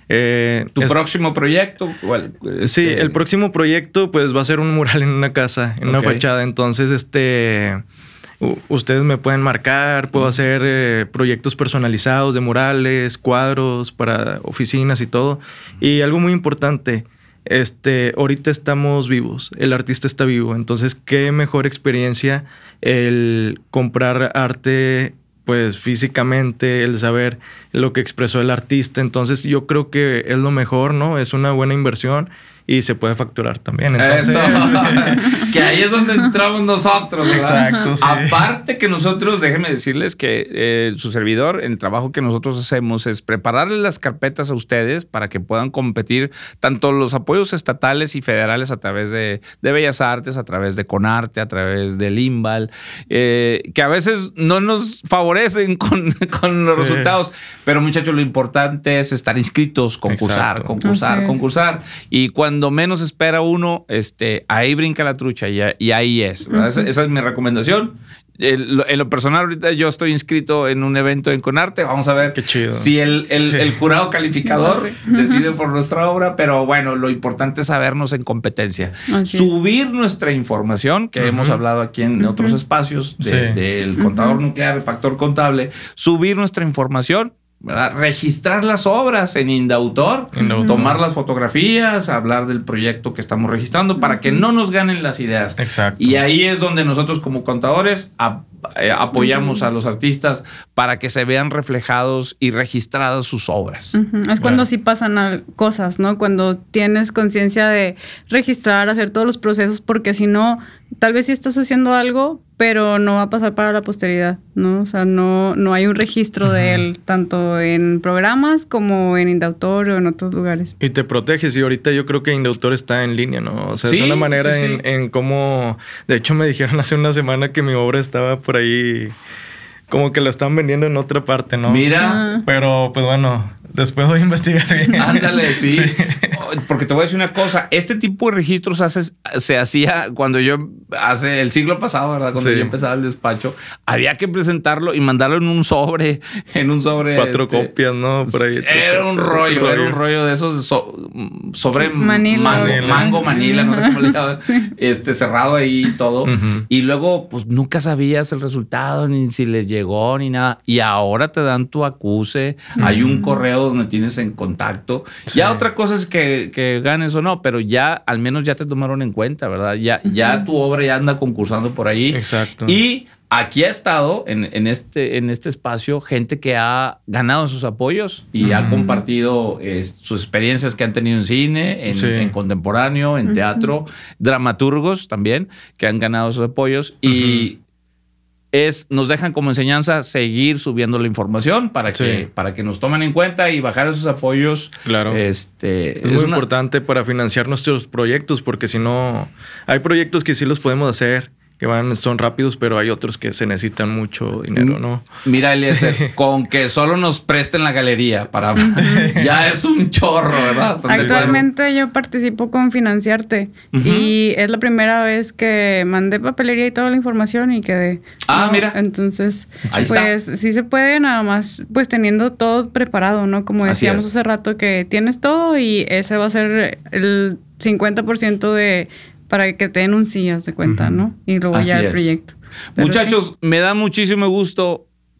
Eh, ¿Tu es, próximo proyecto? ¿Cuál? Este... Sí, el próximo proyecto pues va a ser un mural en una casa, en okay. una fachada. Entonces, este... U- ustedes me pueden marcar, puedo uh-huh. hacer eh, proyectos personalizados de murales, cuadros para oficinas y todo. Y algo muy importante... Este, ahorita estamos vivos, el artista está vivo, entonces qué mejor experiencia el comprar arte pues físicamente, el saber lo que expresó el artista. Entonces yo creo que es lo mejor, ¿no? Es una buena inversión y se puede facturar también. Entonces... Eso. Que ahí es donde entramos nosotros, ¿verdad? Exacto, sí. Aparte que nosotros, déjenme decirles que eh, su servidor, el trabajo que nosotros hacemos es prepararles las carpetas a ustedes para que puedan competir tanto los apoyos estatales y federales a través de, de Bellas Artes, a través de Conarte, a través del IMBAL, eh, que a veces no nos favorecen con, con los sí. resultados, pero muchachos, lo importante es estar inscritos, concursar, Exacto. concursar, Así concursar. Es. Y cuando Cuando menos espera uno, este, ahí brinca la trucha y, y ahí es. Uh-huh. Esa, esa es mi recomendación. En lo, en lo personal, ahorita yo estoy inscrito en un evento en Conarte. Vamos a ver Qué chido. si el, el, sí. el jurado calificador no, sí. decide por nuestra obra. Pero bueno, lo importante es sabernos en competencia. Okay. Subir nuestra información, que uh-huh. hemos hablado aquí en uh-huh. otros espacios de, sí. del contador uh-huh. nuclear, el factor contable. Subir nuestra información, ¿verdad? Registrar las obras en Indautor, Indautor, tomar las fotografías, hablar del proyecto que estamos registrando para que no nos ganen las ideas. Exacto. Y ahí es donde nosotros como contadores ap- eh, apoyamos a los artistas para que se vean reflejados y registradas sus obras. Uh-huh. Es cuando bueno. sí pasan cosas, ¿no? Cuando tienes conciencia de registrar, hacer todos los procesos, porque si no, tal vez sí estás haciendo algo, pero no va a pasar para la posteridad, ¿no? O sea, no, no hay un registro uh-huh. de él, tanto en programas como en Indautor o en otros lugares. Y te proteges, y ahorita yo creo que Indautor está en línea, ¿no? O sea, sí, es una manera sí, sí. En, en cómo... De hecho, me dijeron hace una semana que mi obra estaba por ahí... Como que la están vendiendo en otra parte, ¿no? Mira. Pero, pues bueno, después voy a investigar bien. Ándale, sí. sí. Porque te voy a decir una cosa. Este tipo de registros hace, se hacía cuando yo... Hace el siglo pasado, ¿verdad? Cuando sí. yo empezaba el despacho. Había que presentarlo y mandarlo en un sobre. En un sobre... Cuatro este, copias, ¿no? Por ahí. Era un rollo. rollo. Era un rollo de esos so, sobre Manila, mango, Manila. mango, manila. No sé cómo le llaman. Sí. Este, cerrado ahí y todo. Uh-huh. Y luego, pues, nunca sabías el resultado, ni si les llegó, ni nada. Y ahora te dan tu acuse. Uh-huh. Hay un correo donde tienes en contacto. Sí. Ya otra cosa es que, que ganes o no, pero ya al menos ya te tomaron en cuenta, ¿verdad? Ya, uh-huh. ya tu obra ya anda concursando por ahí. Exacto. Y aquí ha estado en, en, este, en este espacio gente que ha ganado sus apoyos y uh-huh. ha compartido eh, sus experiencias que han tenido en cine, en, sí. en contemporáneo, en uh-huh. teatro, dramaturgos también que han ganado sus apoyos uh-huh. y es, nos dejan como enseñanza seguir subiendo la información para que, sí. para que nos tomen en cuenta y bajar esos apoyos. Claro. Este, es, es muy una... importante para financiar nuestros proyectos, porque si no, hay proyectos que sí los podemos hacer, que van, son rápidos, pero hay otros que se necesitan mucho dinero, ¿no? Mira, Eliezer, sí. con que solo nos presten la galería para... ya es un chorro, ¿verdad? Actualmente yo participo con Financiarte uh-huh. y es la primera vez que mandé papelería y toda la información y quedé. Ah, ¿no? mira. Entonces, ahí pues está. Sí se puede, nada más pues teniendo todo preparado, ¿no? Como decíamos hace rato, que tienes todo y ese va a ser el cincuenta por ciento de... para que te den un sí, haz de cuenta, uh-huh. ¿no? Y luego Así ya el es. proyecto. Pero muchachos, sí. me da muchísimo gusto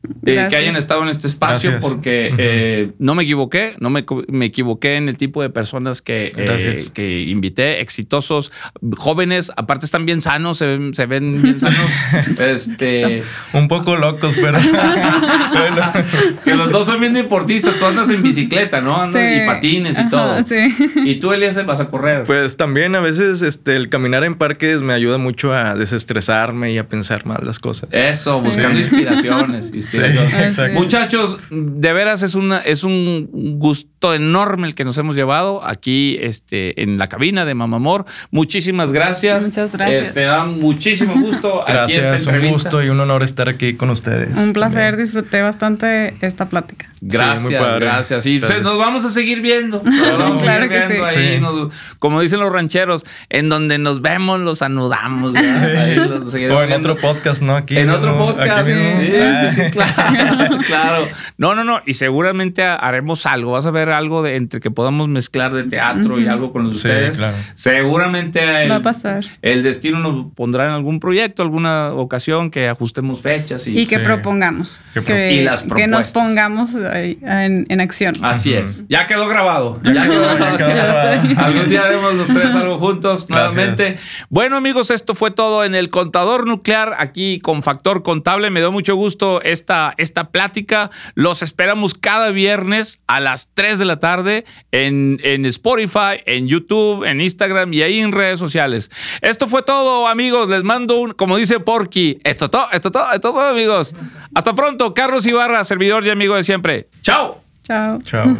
eh, que hayan estado en este espacio. Gracias. Porque uh-huh. eh, no me equivoqué, no me, me equivoqué en el tipo de personas que, eh, que invité, exitosos, jóvenes, aparte están bien sanos, se ven, se ven bien sanos. este, Un poco locos, pero... bueno. Que los dos son bien deportistas, tú andas en bicicleta, ¿no? Andas sí. y patines y Ajá, todo. Sí. ¿Y tú, Elías, vas a correr? Pues también a veces este, el caminar en parques me ayuda mucho a desestresarme y a pensar más las cosas. Eso, buscando sí. inspiraciones. inspiraciones. Sí, Muchachos, de veras es, una, es un gusto enorme el que nos hemos llevado aquí este, en la cabina de Mamamor. Muchísimas gracias. Muchas gracias. Este, da muchísimo gusto gracias, aquí esta entrevista. Un gusto y un honor estar aquí con ustedes. Un placer, Bien. disfruté bastante esta plática. Gracias, sí, muy padre. gracias. Y gracias. nos vamos a seguir viendo. Nos vamos claro a seguir viendo sí. ahí. Sí. Nos, como dicen los rancheros, en donde nos vemos, los anudamos. Ahí los o en viendo. Otro podcast, ¿no? Aquí en mismo, otro podcast. Aquí sí, sí, sí, claro, claro. No, no, no. Y seguramente haremos algo. Vas a ver algo de entre que podamos mezclar de teatro uh-huh. y algo con ustedes. Sí, claro. Seguramente el, va a pasar. El destino nos pondrá en algún proyecto, alguna ocasión que ajustemos fechas. Y, y que sí. propongamos. Que, que, y las que nos pongamos en, en acción. Así uh-huh. es. Ya quedó grabado. Ya, ya quedó, ya quedó grabado. Algún día haremos los tres algo juntos Gracias. nuevamente. Bueno, amigos, esto fue todo en El Contador Nuclear, aquí con Factor Contable. Me dio mucho gusto esta, esta plática. Los esperamos cada viernes a las tres de la tarde en, en Spotify, en YouTube, en Instagram y ahí en redes sociales. Esto fue todo, amigos. Les mando un, como dice Porky, esto todo, esto todo, esto todo, amigos. Hasta pronto. Carlos Ibarra, servidor y amigo de siempre. Chao. Chao. Chao.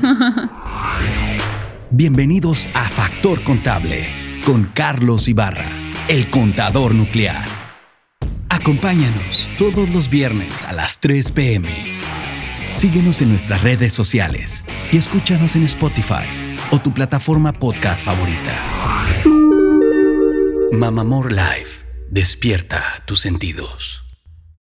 Bienvenidos a Factor Contable con Carlos Ibarra, el contador nuclear. Acompáñanos todos los viernes a las tres p.m. Síguenos en nuestras redes sociales y escúchanos en Spotify o tu plataforma podcast favorita. Mamamor Live. Despierta tus sentidos.